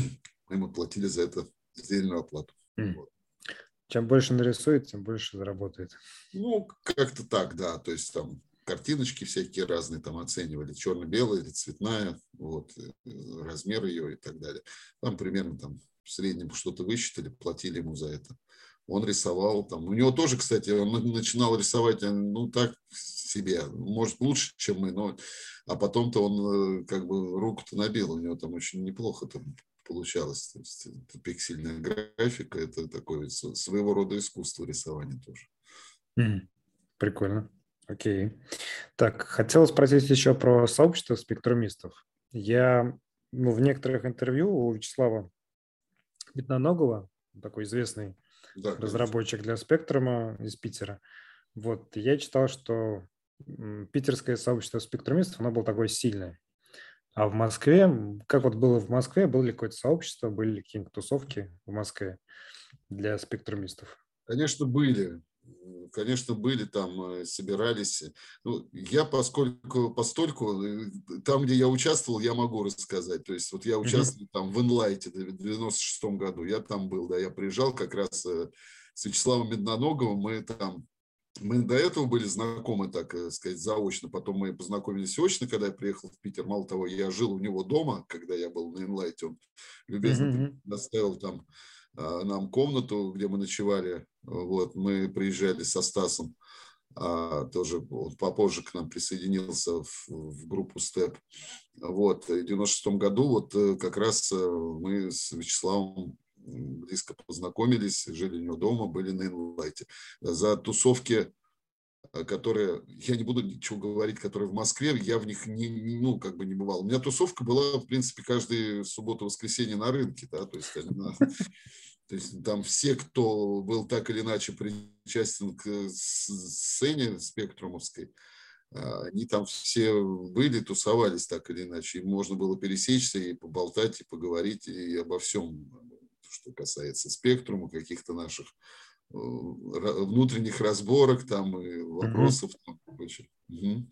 Мы ему платили за это сдельную оплату. Mm. Вот. Чем больше нарисует, тем больше заработает. Ну, как-то так, да. То есть там картиночки всякие разные там оценивали. Черно-белая или цветная, вот, размер ее и так далее. Там примерно там в среднем что-то высчитали, платили ему за это. Он рисовал там. У него тоже, кстати, он начинал рисовать, ну, так себе. Может, лучше, чем мы, но... А потом-то он как бы руку-то набил. У него там очень неплохо там получалось. То есть это пиксельная графика, это такое своего рода искусство рисования тоже. Mm. Прикольно. Окей. Так, хотел спросить еще про сообщество спектрумистов. Я ну, в некоторых интервью у Вячеслава Медноногова, такой известный да, разработчик для Спектрума из Питера, вот, я читал, что питерское сообщество спектрумистов, оно было такое сильное. А в Москве, как вот было в Москве, было ли какое-то сообщество, были ли какие-то тусовки в Москве для спектрумистов? Конечно, были. Конечно, были там, собирались. Ну, я поскольку, постольку, там, где я участвовал, я могу рассказать. То есть вот я участвовал mm-hmm. там в Инлайте в девяносто шестом году. Я там был, да, я приезжал как раз с Вячеславом Медноноговым. Мы там, мы до этого были знакомы, так сказать, заочно. Потом мы познакомились очно, когда я приехал в Питер. Мало того, я жил у него дома, когда я был на Инлайте. Он любезно mm-hmm. доставил там нам комнату, где мы ночевали. Вот, мы приезжали со Стасом, а, тоже он попозже к нам присоединился в, в группу «Степ». Вот, в девяносто шестом году вот как раз мы с Вячеславом близко познакомились, жили у него дома, были на Инлайте. За тусовки, которые, я не буду ничего говорить, которые в Москве, я в них не, не, ну, как бы не бывал. У меня тусовка была, в принципе, каждую субботу-воскресенье на рынке, да, то есть она... То есть там все, кто был так или иначе причастен к сцене спектрумовской, они там все были, тусовались так или иначе. Им можно было пересечься и поболтать, и поговорить, и обо всем, что касается спектрума, каких-то наших внутренних разборок там и вопросов. Угу. Там, угу.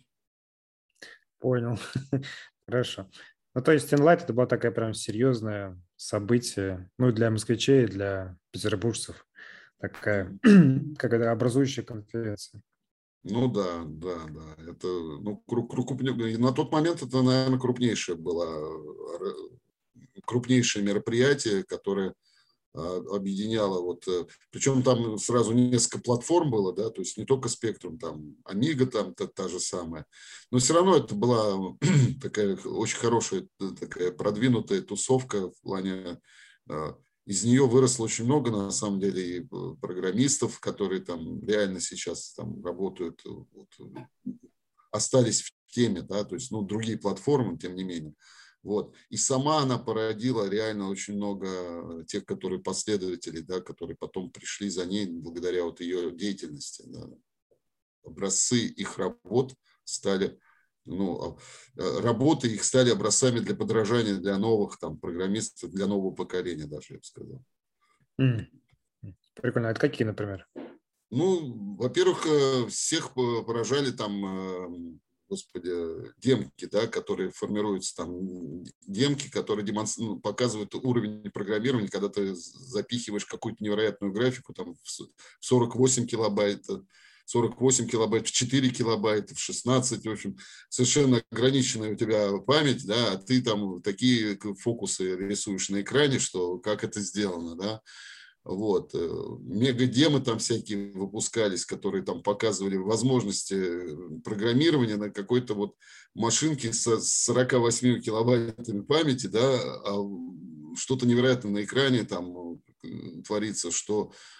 Понял. Хорошо. Ну, то есть Enlight это была такая прям серьезное событие, ну, для москвичей, для петербуржцев, такая, как это, образующая конференция. Ну, да, да, да. Это, ну, круг, круг, на тот момент это, наверное, крупнейшее было, крупнейшее мероприятие, которое объединяло, вот, причем там сразу несколько платформ было, да, то есть не только Spectrum, там Amiga там та, та же самая, но все равно это была такая очень хорошая, такая продвинутая тусовка в плане, из нее выросло очень много, на самом деле, и программистов, которые там реально сейчас там работают, вот, остались в теме, да, то есть, ну, другие платформы, тем не менее. Вот. И сама она породила реально очень много тех, которые последователи, да, которые потом пришли за ней благодаря вот ее деятельности. Да. Образцы их работ стали, ну, работы их стали образцами для подражания для новых там программистов, для нового поколения даже, я бы сказал. Mm. Прикольно. А это какие, например? Ну, во-первых, всех поражали там... Господи, демки, да, которые формируются там, демки, которые демонстр... ну, показывают уровень программирования, когда ты запихиваешь какую-то невероятную графику там в сорок восемь килобайт, сорок восемь килобайт, в четыре килобайта, в шестнадцать, в общем, совершенно ограниченная у тебя память, да, а ты там такие фокусы рисуешь на экране, что как это сделано, да. Вот. Мега-демы там всякие выпускались, которые там показывали возможности программирования на какой-то вот машинке с сорока восьми килобайтами памяти, да, а что-то невероятное на экране там творится, что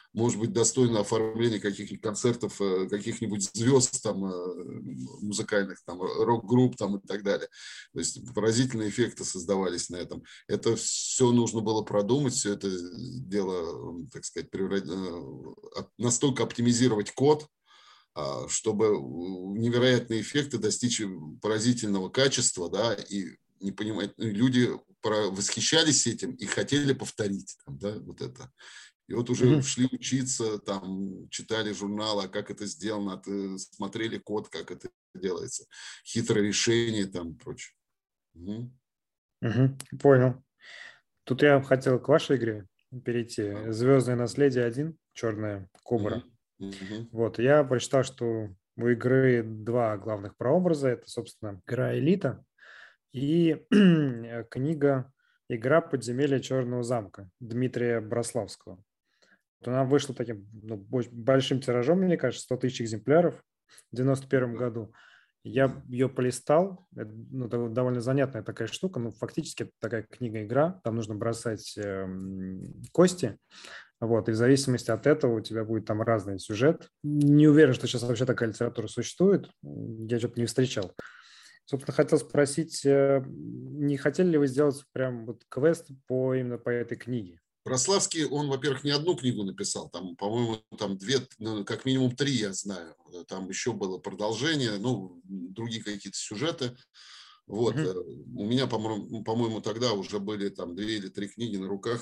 может быть, достойно оформления каких-нибудь концертов, каких-нибудь звезд там, музыкальных, там, рок-групп там, и так далее. То есть поразительные эффекты создавались на этом. Это все нужно было продумать, все это дело, так сказать, преврат... настолько оптимизировать код, чтобы невероятные эффекты достичь поразительного качества, да, и не понимать, люди восхищались этим и хотели повторить, там, да, вот это. И вот уже mm-hmm. шли учиться, там, читали журналы, как это сделано, смотрели код, как это делается, хитрое решение, там, прочее. Угу. Mm-hmm. Понял. Тут я хотел к вашей игре перейти. А. «Звездное наследие один», «Черная кобра». Mm-hmm. Вот, я прочитал, что у игры два главных прообраза. Это, собственно, игра «Элита» и книга «Игра подземелья Черного замка» Дмитрия Браславского. Она вышла таким ну, большим тиражом, мне кажется, сто тысяч экземпляров в девяносто первом году. Я ее полистал. Это, ну, довольно занятная такая штука. Ну, фактически это такая книга-игра. Там нужно бросать э, кости. Вот, и в зависимости от этого у тебя будет там разный сюжет. Не уверен, что сейчас вообще такая литература существует. Я что-то не встречал. Собственно, хотел спросить, не хотели ли вы сделать прям вот квест по, именно по этой книге? Браславский, он, во-первых, не одну книгу написал, там, по-моему, там две, ну, как минимум три, я знаю. Там еще было продолжение, ну, другие какие-то сюжеты. Вот. Mm-hmm. У меня, по-моему, по-моему, тогда уже были там две или три книги на руках.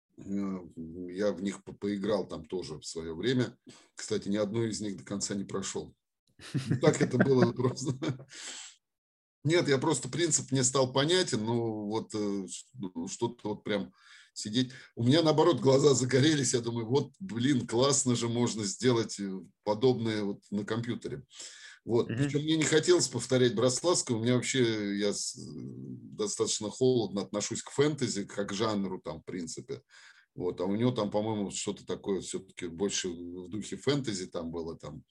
Я в них поиграл там тоже в свое время. Кстати, ни одну из них до конца не прошел. Так это было просто. Нет, я просто принцип не стал понятен, ну вот что-то вот прям сидеть. У меня наоборот глаза загорелись, я думаю, вот, блин, классно же можно сделать подобное вот на компьютере. Вот. Mm-hmm. Причем мне не хотелось повторять Браславского, у меня вообще, я достаточно холодно отношусь к фэнтези, как к жанру там в принципе. Вот. А у него там, по-моему, что-то такое все-таки больше в духе фэнтези там было там.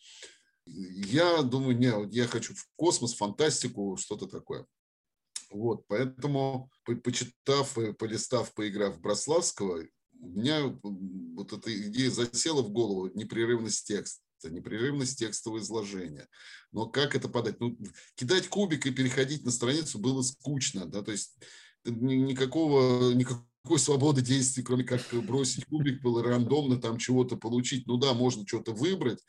Я думаю, не, я хочу в космос, фантастику, что-то такое. Вот, поэтому, почитав, полистав, поиграв в Браславского, у меня вот эта идея засела в голову, непрерывность текста, непрерывность текстового изложения. Но как это подать? Ну, кидать кубик и переходить на страницу было скучно, да, то есть никакого, никакой свободы действий, кроме как бросить кубик, было рандомно там чего-то получить. Ну да, можно что-то выбрать,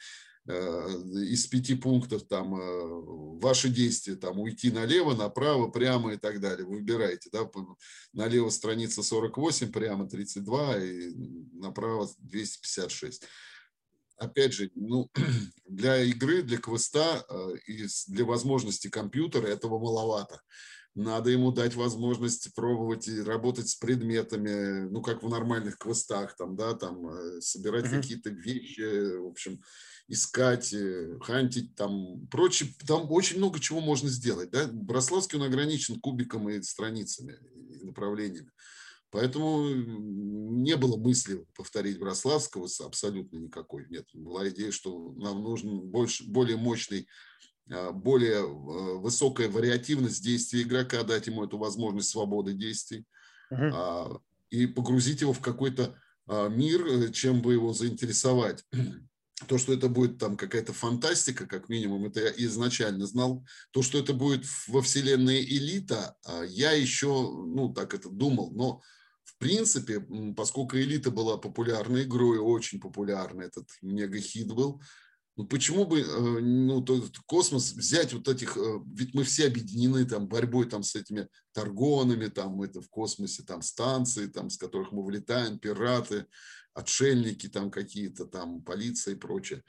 из пяти пунктов там ваши действия, там уйти налево, направо, прямо и так далее. Вы выбираете, да, налево страница сорок восемь, прямо тридцать два и направо двести пятьдесят шесть. Опять же, ну, для игры, для квеста и для возможности компьютера этого маловато. Надо ему дать возможность пробовать и работать с предметами, ну, как в нормальных квестах, там, да, там, собирать mm-hmm. какие-то вещи, в общем, искать, хантить, там, прочее. Там очень много чего можно сделать, да. Браславский, он ограничен кубиком и страницами, и направлениями. Поэтому не было мысли повторить Браславского абсолютно никакой. Нет, была идея, что нам нужен больше, более мощный, более высокая вариативность действий игрока, дать ему эту возможность свободы действий uh-huh. и погрузить его в какой-то мир, чем бы его заинтересовать. То, что это будет там какая-то фантастика, как минимум, это я изначально знал. То, что это будет во вселенной Элита, я еще, ну, так это думал. Но, в принципе, поскольку Элита была популярной игрой, очень популярной, этот мега-хит был, ну, почему бы, ну, тот космос взять вот этих, ведь мы все объединены там борьбой там с этими таргонами, там это в космосе, там станции, там, с которых мы вылетаем, пираты, отшельники там какие-то, там полиция и прочее.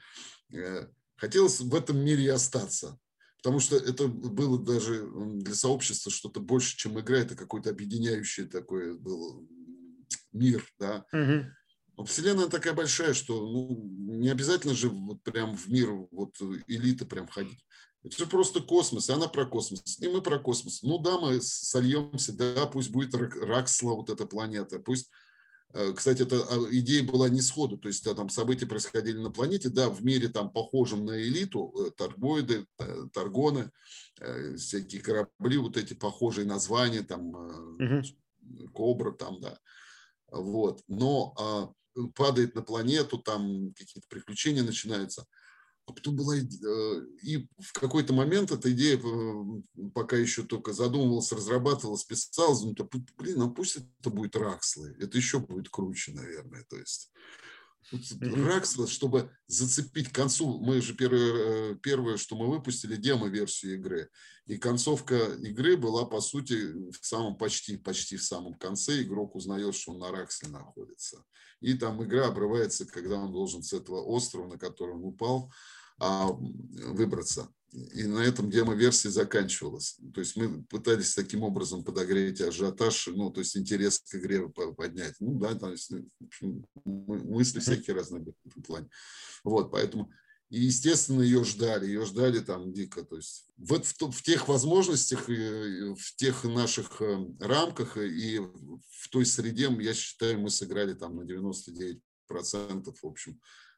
Хотелось в этом мире и остаться, потому что это было даже для сообщества что-то больше, чем игра, это какой-то объединяющий такой был мир, да. Mm-hmm. Вселенная такая большая, что ну, не обязательно же вот прям в мир вот элиты прям ходить. Это же просто космос, и она про космос, и мы про космос. Ну да, мы сольемся, да, пусть будет Раксла, вот эта планета, пусть... Кстати, эта идея была не сходу, то есть там события происходили на планете, да, в мире там похожем на элиту, торгоиды, торгоны, всякие корабли, вот эти похожие названия, там, mm-hmm. Кобра, там, да. Вот. Но падает на планету, там какие-то приключения начинаются. А потом была идея, и в какой-то момент эта идея, пока еще только задумывалась, разрабатывалась, писалась, ну, то, блин, ну пусть это будет Ракслы, это еще будет круче, наверное, то есть Ракслы, чтобы зацепить к концу, мы же первое, первое, что мы выпустили, демо-версию игры, и концовка игры была, по сути, в самом почти, почти в самом конце, игрок узнает, что он на Раксле находится, и там игра обрывается, когда он должен с этого острова, на который он упал, выбраться. И на этом демо-версия заканчивалась. То есть мы пытались таким образом подогреть ажиотаж, ну, то есть интерес к игре поднять. Ну, да, то есть, в общем, мысли всякие разные в этом плане. Вот, поэтому, и, естественно, ее ждали, ее ждали там дико. То есть вот в, в тех возможностях, в тех наших рамках и в той среде, я считаю, мы сыграли там на девяносто девять процентов, в общем,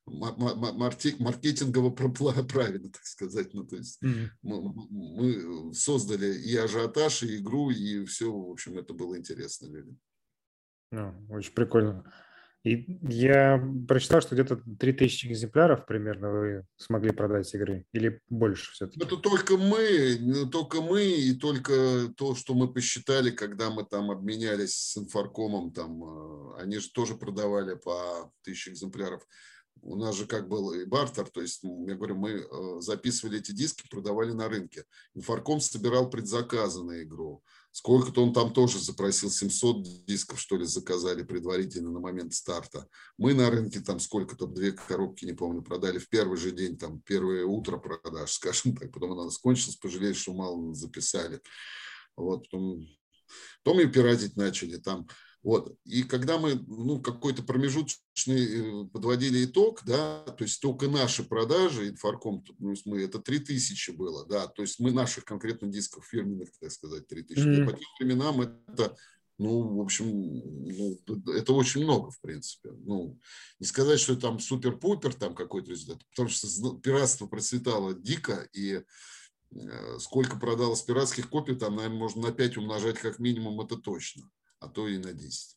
маркетингово правильно, так сказать. Ну, то есть mm-hmm. мы, мы создали и ажиотаж, и игру, и все, в общем, это было интересно людям. Ну, очень прикольно. И я прочитал, что где-то три тысячи экземпляров примерно вы смогли продать игры, или больше все-таки? Это только мы, только мы, и только то, что мы посчитали, когда мы там обменялись с инфаркомом, там, они же тоже продавали по тысяче экземпляров. У нас же как был и бартер, то есть, я говорю, мы записывали эти диски, продавали на рынке. Инфарком собирал предзаказы на игру. Сколько-то он там тоже запросил, семьсот дисков, что ли, заказали предварительно на момент старта. Мы на рынке там сколько-то, две коробки, не помню, продали в первый же день, там, первое утро продаж, скажем так. Потом она скончилась, пожалели, что мало записали. Вот, потом, потом ее пиратить начали там. Вот. И когда мы ну, какой-то промежуточный подводили итог, да, то есть только наши продажи, инфарком, ну, мы, это три тысячи было, да, то есть мы наших конкретно дисков фирменных, так сказать, три тысячи. Mm-hmm. По тем временам это, ну, в общем, ну, это очень много, в принципе. Ну, не сказать, что там супер-пупер там какой-то результат, потому что пиратство процветало дико, и сколько продалось пиратских копий, там, наверное, можно на пять умножать как минимум, это точно. А то и на десять.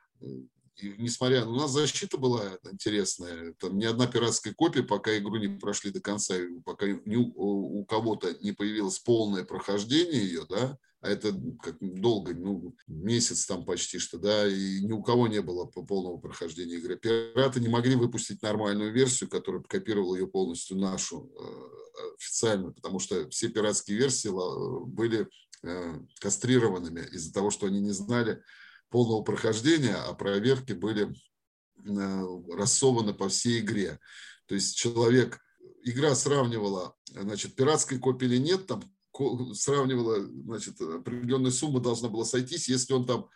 И несмотря, у нас защита была интересная, там ни одна пиратская копия, пока игру не прошли до конца, пока ни у, у кого-то не появилось полное прохождение ее, да, а это как долго, ну, месяц там почти что, да, и ни у кого не было полного прохождения игры. Пираты не могли выпустить нормальную версию, которая копировала ее полностью нашу, официальную, потому что все пиратские версии были кастрированными из-за того, что они не знали полного прохождения, а проверки были рассованы по всей игре. То есть человек, игра сравнивала, значит, пиратской копии или нет, там сравнивала, значит, определенная сумма должна была сойтись, если он там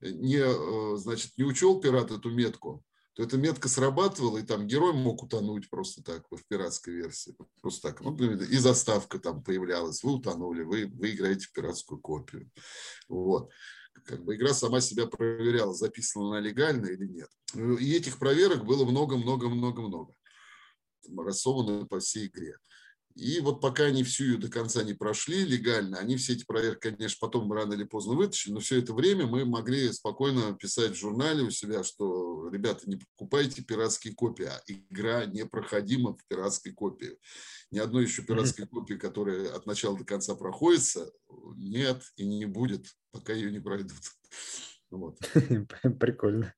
не, значит, не учел пират эту метку, то эта метка срабатывала, и там герой мог утонуть просто так в пиратской версии. Просто так. Ну, и заставка там появлялась. Вы утонули, вы, вы играете в пиратскую копию. Вот. Как бы игра сама себя проверяла, записана она легально или нет. И этих проверок было много-много-много-много. Рассованы по всей игре. И вот пока они всю ее до конца не прошли легально, они все эти проверки, конечно, потом рано или поздно вытащили, но все это время мы могли спокойно писать в журнале у себя, что, ребята, не покупайте пиратские копии, а игра непроходима в пиратской копии. Ни одной еще пиратской копии, которая от начала до конца проходится, нет и не будет, пока ее не пройдут. Вот. Прикольно.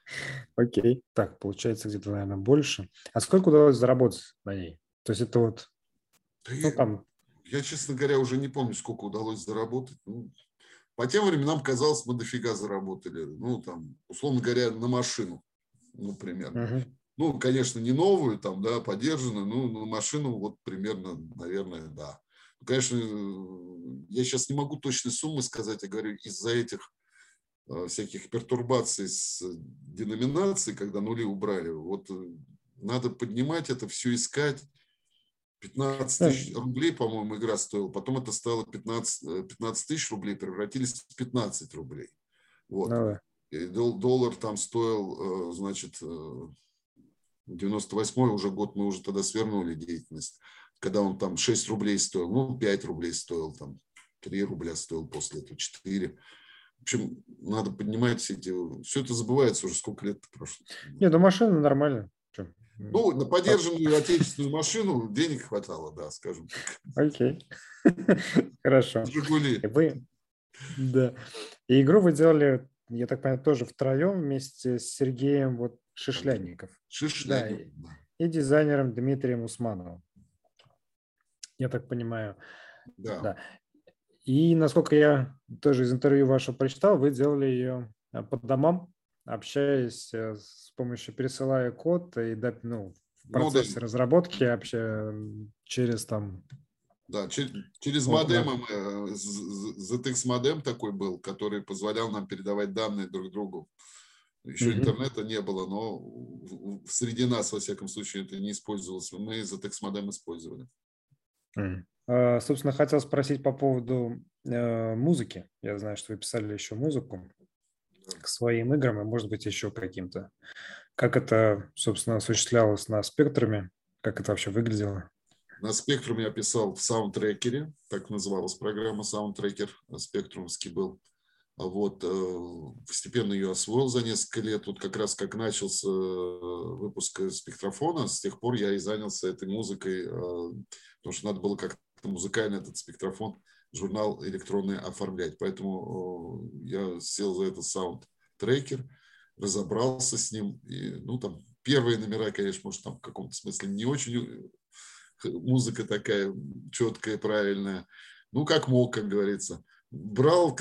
Окей. Так, получается где-то, наверное, больше. А сколько удалось заработать на ней? То есть это вот... Да ну, я, там... я, честно говоря, уже не помню, сколько удалось заработать. Ну, по тем временам казалось, мы дофига заработали. Ну, там, условно говоря, на машину, ну, примерно. Uh-huh. Ну, конечно, не новую, там, да, подержанную, но на машину вот примерно, наверное, да. Конечно, я сейчас не могу точной суммы сказать, я говорю, из-за этих всяких пертурбаций с деноминацией, когда нули убрали, вот надо поднимать это, все искать. пятнадцать тысяч рублей, по-моему, игра стоила. Потом это стало пятнадцать, пятнадцать тысяч рублей, превратились в пятнадцать рублей. Вот. Ну, да. И доллар там стоил, значит, девяносто восьмой уже год, мы уже тогда свернули деятельность. Когда он там шесть рублей стоил, ну, пять рублей стоил, там, три рубля стоил после этого, четыре. В общем, надо поднимать все эти... Все это забывается уже, сколько лет прошло. Нет, ну машина нормально. Чё? Ну, на подержанную отечественную машину денег хватало, да, скажем так. Окей. Хорошо. «Жигули». И вы, да. И игру вы делали, я так понимаю, тоже втроем вместе с Сергеем вот Шишлянников. Да, Шишлянников, и, да. и дизайнером Дмитрием Усмановым. Я так понимаю. Да. Да. И, насколько я тоже из интервью вашего прочитал, вы делали ее по домам, общаясь э, с помощью, пересылая код и да, ну, в Ну, да, процессе разработки вообще через там да, че- через окна. модемы, мы, э, з- з- зет икс модем такой был, который позволял нам передавать данные друг другу. Еще Мгм. интернета не было, но в- в- среди нас, во всяком случае, это не использовалось. Мы зет икс модем использовали. Мгм. А, собственно, хотел спросить по поводу э, музыки. Я знаю, что вы писали еще музыку к своим играм и, может быть, еще каким-то. Как это, собственно, осуществлялось на спектруме? Как это вообще выглядело? На Spectrum я писал в саундтрекере, так называлась программа, саундтрекер спектрумский был. А Вот, э, постепенно ее освоил за несколько лет. Вот как раз как начался э, выпуск спектрофона, с тех пор я и занялся этой музыкой, э, потому что надо было как-то музыкально этот спектрофон, журнал электронный оформлять. Поэтому э, я сел за этот саундтрекер, разобрался с ним. И, ну, там, первые номера, конечно, может, там в каком-то смысле не очень музыка такая четкая, правильная. Ну, как мог, как говорится. Брал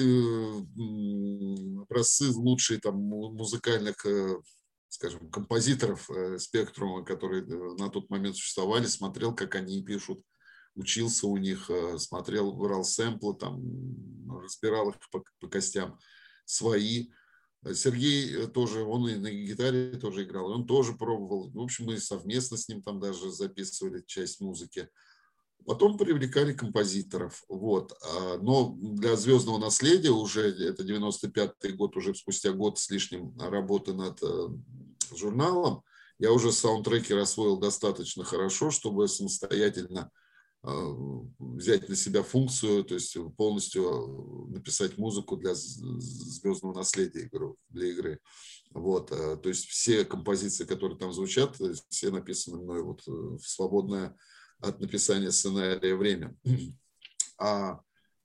э, образцы лучшие там музыкальных, э, скажем, композиторов э, спектрума, которые э, на тот момент существовали, смотрел, как они пишут, учился у них, э, смотрел, брал сэмплы, там, разбирал их по, по костям свои. Сергей тоже, он и на гитаре тоже играл, он тоже пробовал. В общем, мы совместно с ним там даже записывали часть музыки. Потом привлекали композиторов. Вот. Но для «Звездного наследия» уже, это девяносто пятый год, уже спустя год с лишним работы над журналом, я уже саундтрекер освоил достаточно хорошо, чтобы самостоятельно взять на себя функцию, то есть полностью написать музыку для «Звездного наследия» для игры. Вот. То есть все композиции, которые там звучат, все написаны мной вот в свободное от написания сценария время. А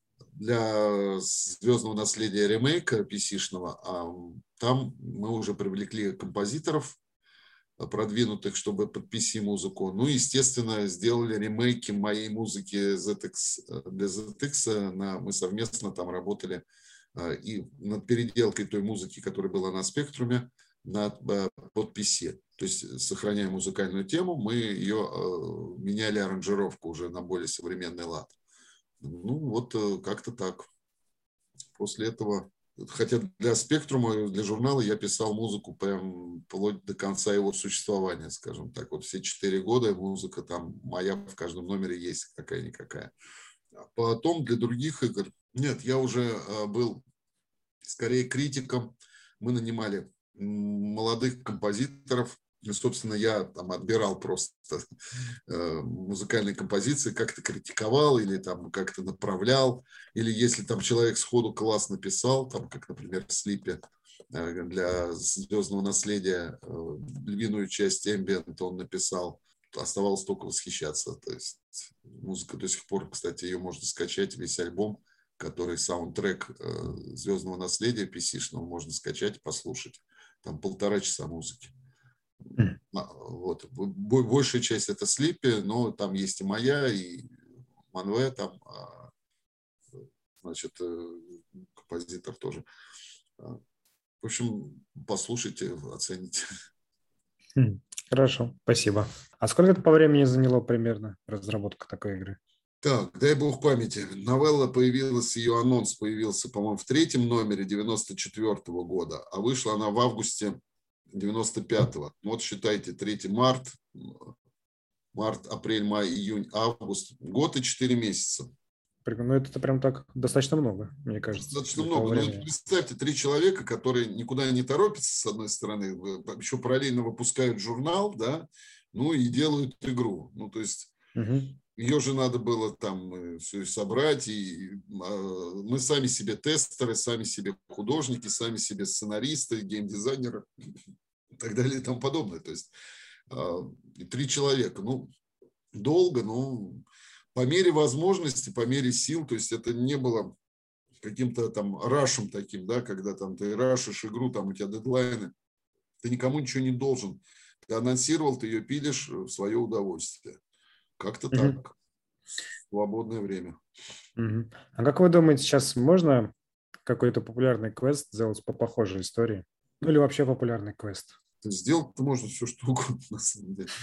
для «Звездного наследия» ремейка пи си-шного, там мы уже привлекли композиторов продвинутых, чтобы под пи си-музыку. Ну, естественно, сделали ремейки моей музыки зет икс, для зет икс. На, мы совместно там работали и над переделкой той музыки, которая была на спектруме, над, под пи си. То есть, сохраняя музыкальную тему, мы ее меняли аранжировку уже на более современный лад. Ну, вот как-то так. После этого... Хотя для «Спектрума», для журнала я писал музыку прям вплоть до конца его существования, скажем так. Вот все четыре года музыка там моя в каждом номере есть какая-никакая. А потом для других игр... Нет, я уже был скорее критиком. Мы нанимали молодых композиторов. И, собственно, я там отбирал просто э, музыкальные композиции, как-то критиковал или там как-то направлял. Или если там человек сходу классно писал, там, как, например, Слипи э, для «Звездного наследия», э, львиную часть «Эмбиент» он написал, оставалось только восхищаться. То есть музыка до сих пор, кстати, ее можно скачать, весь альбом, который саундтрек э, «Звездного наследия» пи си-шного, можно скачать и послушать. Там полтора часа музыки. Mm. Вот. Большая часть это Слипи, но там есть и моя, и Манве, там, значит, композитор тоже. В общем, послушайте, оцените. Mm. Хорошо, спасибо. А сколько это по времени заняло примерно разработка такой игры? Так, дай бог памяти. Новелла появилась, ее анонс появился, по-моему, в третьем номере девяносто четвёртого года, а вышла она в августе девяносто пятого. Вот считайте, третий март, март, апрель, май, июнь, август. Год и четыре месяца. Ну, это прям так достаточно много, мне кажется. Достаточно много. Но представьте, три человека, которые никуда не торопятся, с одной стороны, еще параллельно выпускают журнал, да, ну и делают игру. Ну, то есть... Угу. ее же надо было там все собрать, и мы сами себе тестеры, сами себе художники, сами себе сценаристы, геймдизайнеры и так далее и тому подобное. То есть три человека, ну, долго, но по мере возможности, по мере сил, то есть это не было каким-то там рашем таким, да, когда там ты рашишь игру, там у тебя дедлайны, ты никому ничего не должен. Ты анонсировал, ты ее пилишь в свое удовольствие. Как-то Угу. так. Свободное время. Угу. А как вы думаете, сейчас можно какой-то популярный квест сделать по похожей истории? Ну или вообще популярный квест? Сделать-то можно все, что угодно, на самом деле.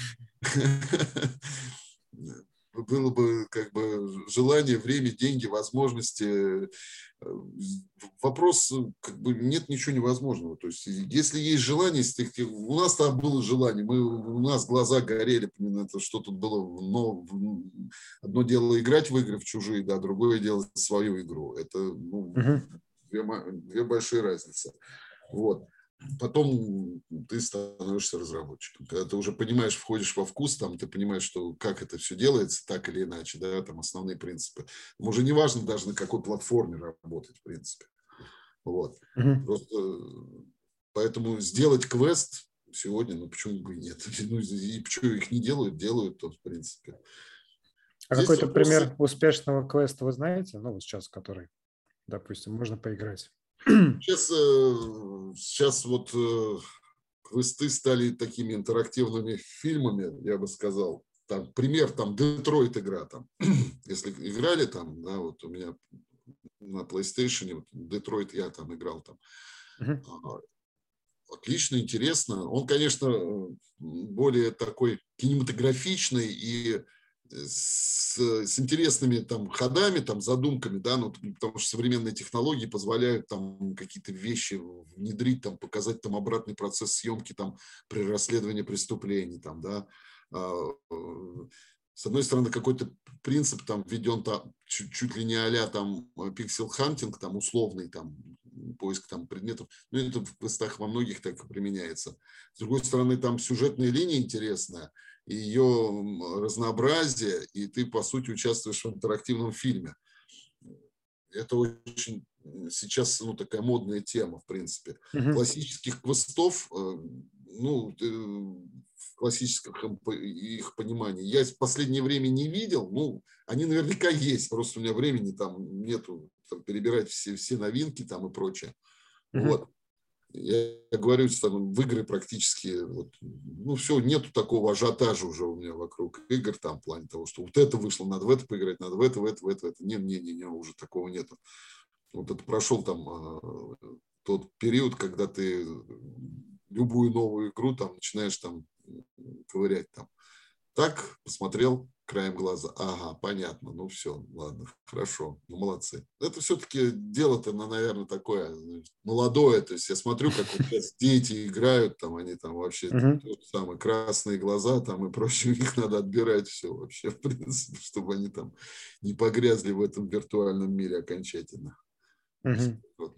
Было бы как бы желание, время, деньги, возможности. Вопрос, как бы нет ничего невозможного. То есть, если есть желание, если у нас там было желание, мы, у нас глаза горели, это что тут было, но одно дело играть в игры, в чужие, да, другое дело свою игру. Это ну, угу. две, две большие разницы. Вот. Потом ты становишься разработчиком. Когда ты уже понимаешь, входишь во вкус, там, ты понимаешь, что как это все делается, так или иначе, да, там основные принципы. Там уже не важно даже на какой платформе работать, в принципе. Вот. Угу. Просто поэтому сделать квест сегодня, ну почему бы и нет? Ну, и почему их не делают, делают, то, в принципе. А Здесь какой-то вопросы... пример успешного квеста вы знаете? Ну, вот сейчас, который, допустим, можно поиграть. Сейчас, сейчас вот квесты стали такими интерактивными фильмами, я бы сказал. Там, пример, там, Детройт игра. Там. Если играли там, да, вот у меня на PlayStation, вот, Детройт я там играл. Там. Uh-huh. Отлично, интересно. Он, конечно, более такой кинематографичный и с, с интересными там ходами, там задумками, да, ну, потому что современные технологии позволяют там какие-то вещи внедрить, там показать там обратный процесс съемки там при расследовании преступлений, там, да. С одной стороны, какой-то принцип там введен там, чуть, чуть ли не а-ля там пиксель-хантинг, там условный там поиск там предметов. Ну, это в квестах во многих так применяется. С другой стороны, там сюжетная линия интересная, и ее разнообразие, и ты, по сути, участвуешь в интерактивном фильме. Это очень сейчас ну, такая модная тема, в принципе. Uh-huh. Классических квестов, ну, в классическом их понимании, я в последнее время не видел. Ну, они наверняка есть, просто у меня времени там нету там, перебирать все, все новинки там и прочее. Uh-huh. Вот. Я, я говорю, там, в игры практически, вот, ну, все, нету такого ажиотажа уже у меня вокруг игр, там, в плане того, что вот это вышло, надо в это поиграть, надо в это, в это, в это, в это. Не-не-не, уже такого нету. Вот это прошел там э, тот период, когда ты любую новую игру там начинаешь там ковырять там. Так, посмотрел краем глаза. Ага, понятно, ну все, ладно, хорошо, ну молодцы. Это все-таки дело-то, ну, наверное, такое молодое. То есть я смотрю, как вот сейчас дети играют, там они там вообще uh-huh. самые красные глаза там и прочее, их надо отбирать все вообще, в принципе, чтобы они там не погрязли в этом виртуальном мире окончательно. Uh-huh.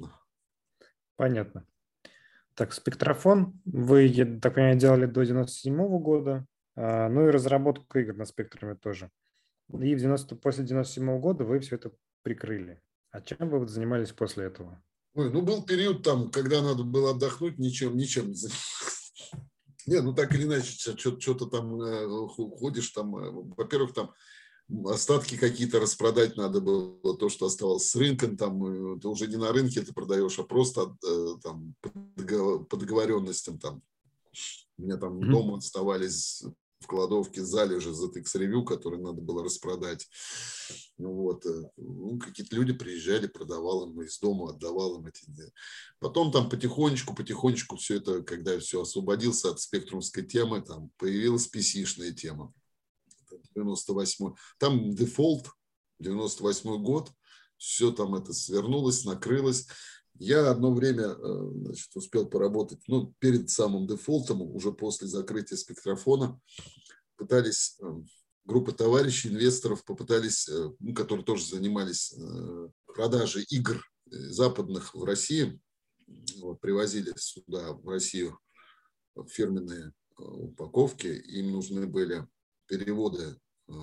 Понятно. Так, спектрофон вы, я так понимаю, делали до девяносто седьмого года. Ну и разработку игр на спектруме тоже. И в девяносто, после девяносто седьмого года вы все это прикрыли. А чем вы вот занимались после этого? Ой, ну, был период там, когда надо было отдохнуть, ничем, ничем не заниматься. Не, ну так или иначе, что-то там ходишь, там, во-первых, там остатки какие-то распродать надо было, то, что оставалось с рынком, там, ты уже не на рынке это продаешь, а просто там по договоренностям там. У меня там mm-hmm. дома оставались в кладовке залежи зет икс Review, которые надо было распродать. Ну, вот. Ну, какие-то люди приезжали, продавал им из дома, отдавал им эти. Потом там потихонечку, потихонечку все это, когда все освободился от спектрумской темы, там появилась пи си-шная тема. девяносто восьмой. Там дефолт, девяносто восьмой год. Все там это свернулось, накрылось. Я одно время значит, успел поработать, ну, перед самым дефолтом, уже после закрытия спектрофона, пытались, группа товарищей, инвесторов попытались, ну, которые тоже занимались продажей игр западных в России, вот, привозили сюда, в Россию, фирменные упаковки, им нужны были переводы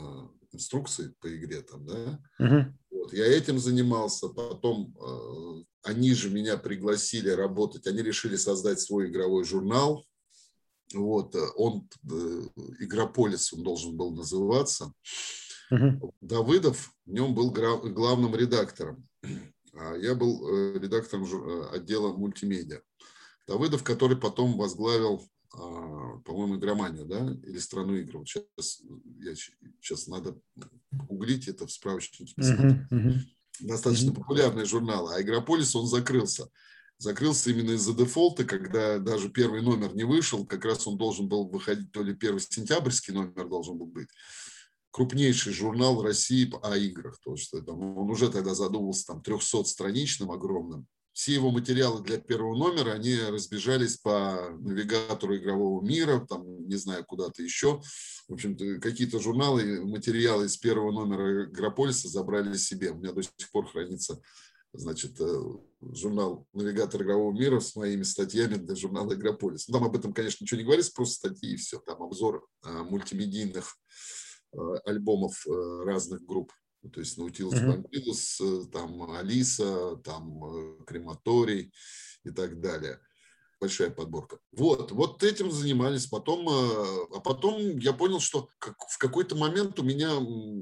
инструкции по игре там, да. Мгм. Вот, я этим занимался, потом э, они же меня пригласили работать, они решили создать свой игровой журнал. Вот, э, он, э, «Игрополис» он должен был называться. Мгм. Давыдов в нем был гра- главным редактором, а я был э, редактором жу- э, отдела мультимедиа. Давыдов, который потом возглавил, а, по-моему, «Игроманию», да, или «Страну игр». Вот сейчас, я, щ- сейчас надо гуглить это, в справочнике посмотреть. Мгм. Мгм. Достаточно Мгм. популярный журнал. А «Игрополис» он закрылся. Закрылся именно из-за дефолта, когда даже первый номер не вышел. Как раз он должен был выходить, то ли первый сентябрьский номер должен был быть. Крупнейший журнал в России о играх. То, что там, он уже тогда задумывался там трехсотстраничным, огромным. Все его материалы для первого номера, они разбежались по навигатору игрового мира, там, не знаю, куда-то еще. В общем-то, какие-то журналы, материалы из первого номера «Игрополиса» забрали себе. У меня до сих пор хранится, значит, журнал «Навигатор игрового мира» с моими статьями для журнала «Игрополис». Ну, там об этом, конечно, ничего не говорится, просто статьи и все. Там обзор мультимедийных альбомов разных групп. То есть Наутилус Мгм. Бомбилус, там Алиса, там Крематорий и так далее. Большая подборка. Вот, вот этим занимались. Потом, а потом я понял, что как, в какой-то момент у меня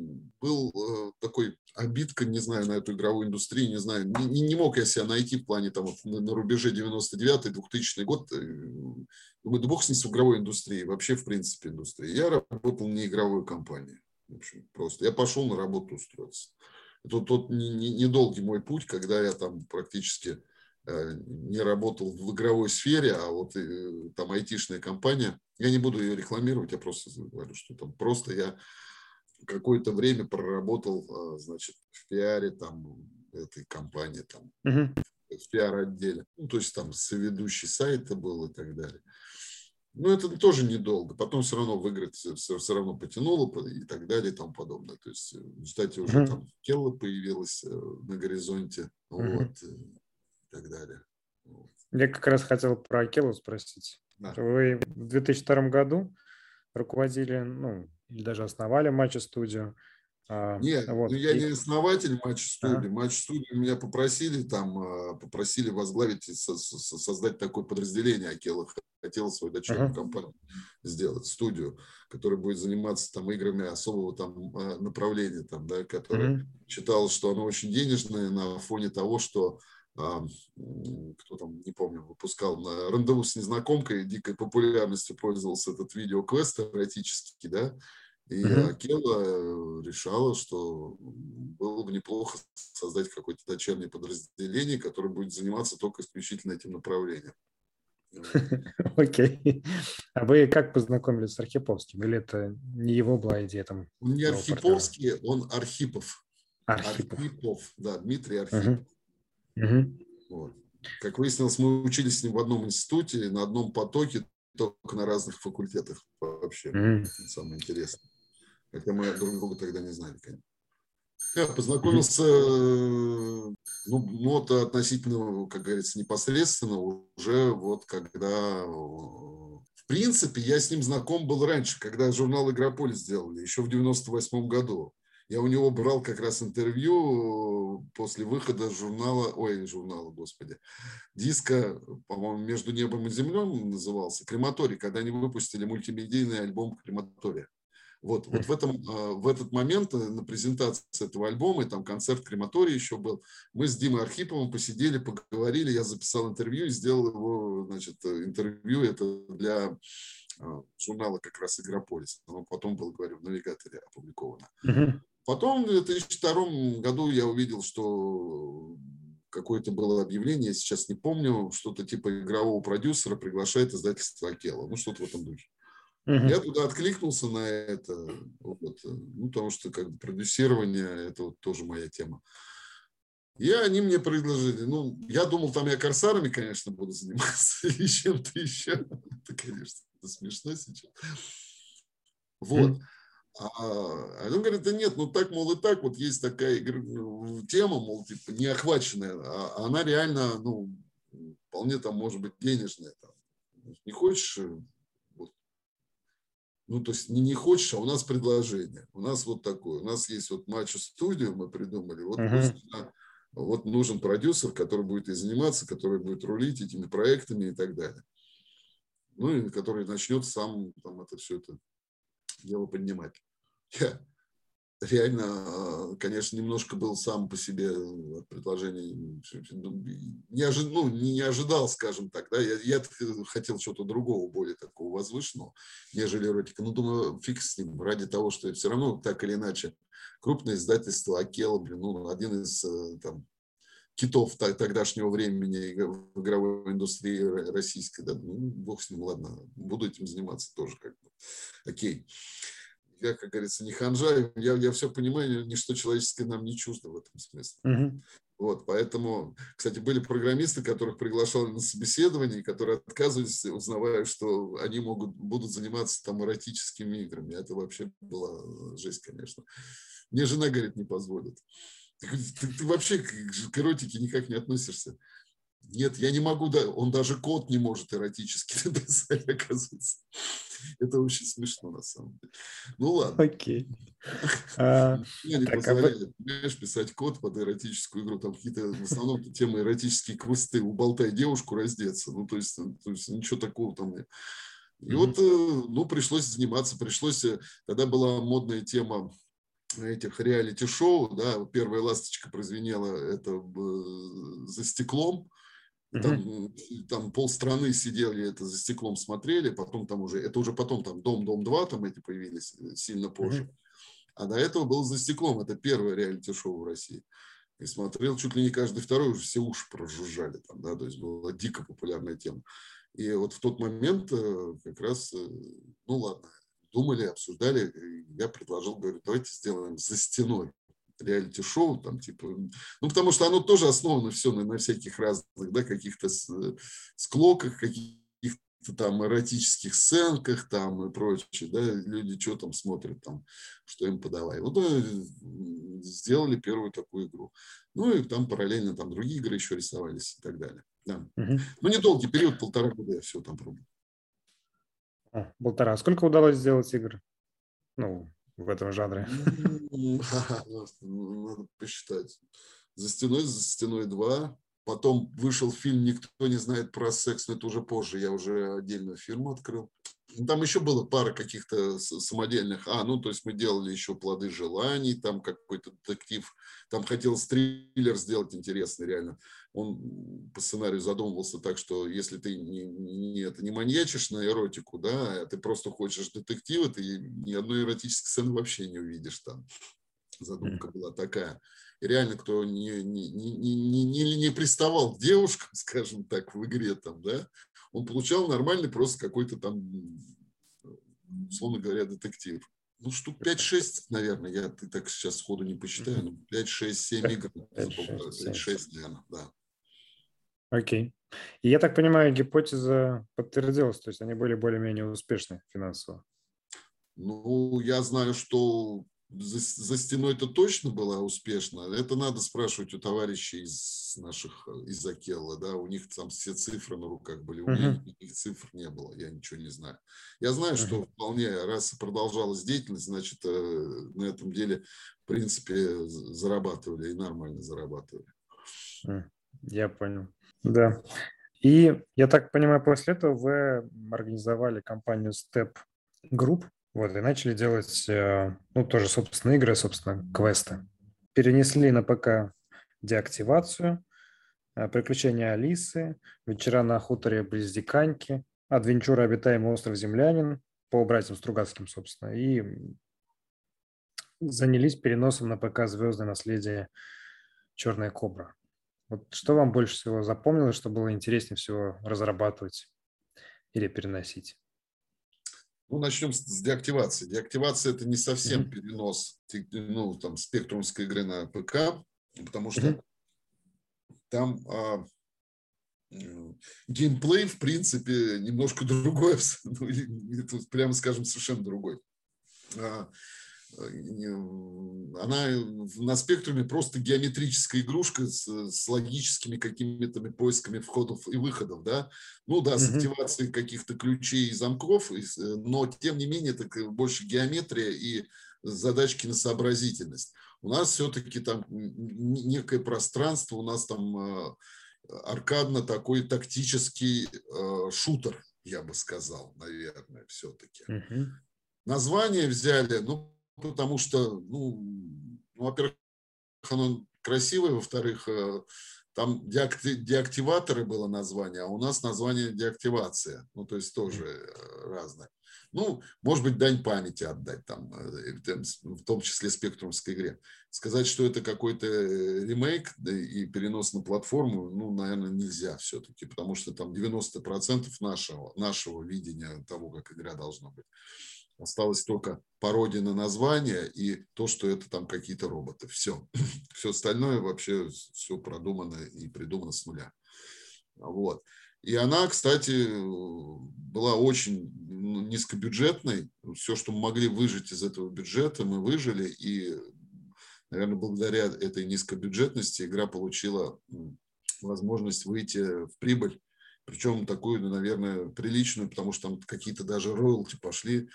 был такой обидка, не знаю, на эту игровую индустрию, не знаю, не, не мог я себя найти в плане там вот, на, на рубеже девяносто девятый двухтысячный год. Думаю, да бог с ней с игровой индустрией, вообще в принципе индустрии. Я работал не игровой компании. В общем, просто я пошел на работу устроиться. Это тот недолгий мой путь, когда я там практически не работал в игровой сфере, а вот там айтишная компания. Я не буду ее рекламировать, я просто говорю, что там просто я какое-то время проработал, значит, в пиаре там этой компании, там, Мгм. в пиар-отделе. Ну, то есть там соведущий сайта был и так далее. Но это тоже недолго. Потом все равно выиграть все, все равно потянуло и так далее и тому подобное. То есть, кстати, уже Мгм. там Келла появилась на горизонте. Мгм. Вот. И так далее. Вот. Я как раз хотел про Акелу спросить. Да. Вы в две тысячи втором году руководили, ну, или даже основали матч-студию. А, Нет, ну вот. я не И... основатель матч-студии. Ага. Матч-студию меня попросили там, попросили возглавить и со- со- создать такое подразделение. Акела хотела свою дочернюю Ага. компанию сделать, студию, которая будет заниматься там играми особого там направления, там, да, которая Мгм. считала, что она очень денежная на фоне того, что а, кто там, не помню, выпускал на «Рандеву с незнакомкой», дикой популярностью пользовался этот видеоквест эротический, да. И Мгм. Акела решала, что было бы неплохо создать какое-то дочернее подразделение, которое будет заниматься только исключительно этим направлением. Окей. А вы как познакомились с Архиповским? Или это не его была идея там, Он не его партнера? Архиповский, он Архипов. Архипов. Архипов, да, Дмитрий Архипов. Мгм. Мгм. Вот. Как выяснилось, мы учились с ним в одном институте, на одном потоке, только на разных факультетах вообще. Мгм. Это самое интересное. Хотя мы друг друга тогда не знали, конечно. Я Мгм. познакомился, ну, ну, вот относительно, как говорится, непосредственно уже вот когда, в принципе, я с ним знаком был раньше, когда журнал «Игрополис» сделали, еще в девяносто восьмом году. Я у него брал как раз интервью после выхода журнала, ой, журнала, господи, диска, по-моему, «Между небом и землей» назывался, «Крематорий», когда они выпустили мультимедийный альбом «Крематория». Вот, вот в, этом, в этот момент на презентации этого альбома, и там концерт «Крематорий» еще был, мы с Димой Архиповым посидели, поговорили, я записал интервью и сделал его, значит, интервью это для журнала как раз «Игрополис». Оно потом было, говорю, в «Навигаторе» опубликовано. Мгм. Потом в две тысячи втором году я увидел, что какое-то было объявление, я сейчас не помню, что-то типа игрового продюсера приглашает издательство «Акела». Ну, что-то в этом духе. Я Мгм. туда откликнулся на это, вот, ну, потому что как бы продюсирование – это вот тоже моя тема. И они мне предложили, ну, я думал, там я корсарами, конечно, буду заниматься или чем-то еще. Это, конечно, это смешно сейчас. Вот. А он говорит, да нет, ну так, мол, и так, вот есть такая тема, мол, типа, не охваченная, а она реально, ну, вполне там может быть денежная. Там. Не хочешь Ну, то есть не, не хочешь, а у нас предложение. У нас вот такое. У нас есть вот матч-студию, мы придумали. Вот Угу. пусть а, вот нужен продюсер, который будет и заниматься, который будет рулить этими проектами и так далее. Ну, и который начнет сам там это все это дело поднимать. Я реально, конечно, немножко был сам по себе от предложения, не, ожи, ну, не ожидал, скажем так, да, я, я хотел чего-то другого, более такого возвышенного, нежели эротика. Ну, думаю, фиг с ним, ради того, что все равно, так или иначе, крупное издательство Акела, блин, ну, один из там китов тогдашнего времени в игровой индустрии российской, да, ну, бог с ним, ладно, буду этим заниматься тоже, как бы, окей. Я, как говорится, не ханжа, я, я все понимаю, ничто человеческое нам не чуждо в этом смысле. Угу. Вот, поэтому, кстати, были программисты, которых приглашали на собеседование, которые отказывались, узнавая, что они могут, будут заниматься там эротическими играми. Это вообще была жесть, конечно. Мне жена, говорит, не позволит. Ты, ты, ты вообще к, к эротике никак не относишься. Нет, я не могу, да, он даже код не может эротически написать, оказывается. Это очень смешно, на самом деле. Ну, ладно. Окей. А, Мне не так, позволяли, а вы... понимаешь, писать код под эротическую игру. Там какие-то, в основном, темы эротические квесты. Уболтай девушку раздеться. Ну, то есть, то есть ничего такого там нет. И Мгм. вот, ну, пришлось заниматься. Пришлось, тогда была модная тема этих реалити-шоу, да, первая ласточка прозвенела, это «За стеклом». Там, там полстраны сидели, это за стеклом смотрели, потом там уже, это уже потом там «Дом, Дом два» там эти появились сильно позже. Мгм. А до этого был «За стеклом», это первое реалити-шоу в России. И смотрел чуть ли не каждый второй, уже все уши прожужжали там, да, то есть была дико популярная тема. И вот в тот момент как раз, ну ладно, думали, обсуждали, я предложил, говорю, давайте сделаем «За стеной» реалити-шоу, там, типа, ну, потому что оно тоже основано все на, на всяких разных, да, каких-то склоках, каких-то там эротических сценках, там, и прочее, да, люди что там смотрят, там, что им подавай. Вот мы сделали первую такую игру. Ну, и там параллельно там другие игры еще рисовались и так далее. Да. Мгм. Ну, недолгий период, полтора года я все там пробовал. А, полтора. Сколько удалось сделать игр? Ну, в этом жанре. Надо посчитать. «За стеной», «За стеной два». Потом вышел фильм «Никто не знает про секс», но это уже позже. Я уже отдельную фирму открыл. Там еще было пара каких-то самодельных. А, ну, то есть мы делали еще «Плоды желаний», там какой-то детектив. Там хотелось триллер сделать интересный, реально. Он по сценарию задумывался так, что если ты не, не, это, не маньячишь на эротику, да, а ты просто хочешь детектива, ты ни одной эротической сцены вообще не увидишь там. Задумка была такая. И реально, кто не, не, не, не, не, не приставал к девушкам, скажем так, в игре, там, да, он получал нормальный просто какой-то там, условно говоря, детектив. Ну, штук пять-шесть, наверное, я ты так сейчас сходу не посчитаю, ну, пять-шесть-семь игр за полтора, пять-шесть, наверное, да. Окей. И я так понимаю, гипотеза подтвердилась, то есть они были более-менее успешны финансово. Ну, я знаю, что за, за стеной это точно была успешна. Это надо спрашивать у товарищей из наших, из Акелла, да, у них там все цифры на руках были, у меня Угу. никаких цифр не было, я ничего не знаю. Я знаю, Угу. что вполне, раз продолжалась деятельность, значит, на этом деле, в принципе, зарабатывали и нормально зарабатывали. Я понял. Да. И я так понимаю, после этого вы организовали компанию Step Group, вот, и начали делать, ну, тоже, собственно, игры, собственно, квесты. Перенесли на ПК деактивацию, приключения Алисы, вечера на хуторе близ Диканьки, адвенчура обитаемый остров Землянин по братьям Стругацким, собственно, и занялись переносом на ПК «Звездное наследие. Черная кобра». Вот что вам больше всего запомнилось, что было интереснее всего разрабатывать или переносить? Ну, начнем с, с деактивации. Деактивация – это не совсем Mm-hmm. перенос, ну, там, спектрумской игры на ПК, потому что Mm-hmm. там а, геймплей, в принципе, немножко другой, ну, прямо скажем, совершенно другой. А, она на спектруме просто геометрическая игрушка с, с логическими какими-то поисками входов и выходов, да, ну да, с активацией каких-то ключей и замков, но тем не менее это больше геометрия и задачки на сообразительность. У нас все-таки там некое пространство, у нас там аркадно такой тактический шутер, я бы сказал, наверное, все-таки. Uh-huh. Название взяли, ну, потому что, ну, во-первых, оно красивое, во-вторых, там деактиваторы было название, а у нас название деактивация, ну, то есть тоже разное. Ну, может быть, дань памяти отдать там, в том числе спектрумской игре. Сказать, что это какой-то ремейк и перенос на платформу, ну, наверное, нельзя все-таки, потому что там девяносто процентов нашего, нашего видения того, как игра должна быть. Осталось только пародия на название и то, что это там какие-то роботы. Все. Все остальное вообще все продумано и придумано с нуля. Вот. И она, кстати, была очень низкобюджетной. Все, что мы могли выжать из этого бюджета, мы выжили. И, наверное, благодаря этой низкобюджетности игра получила возможность выйти в прибыль. Причем такую, наверное, приличную, потому что там какие-то даже роялти пошли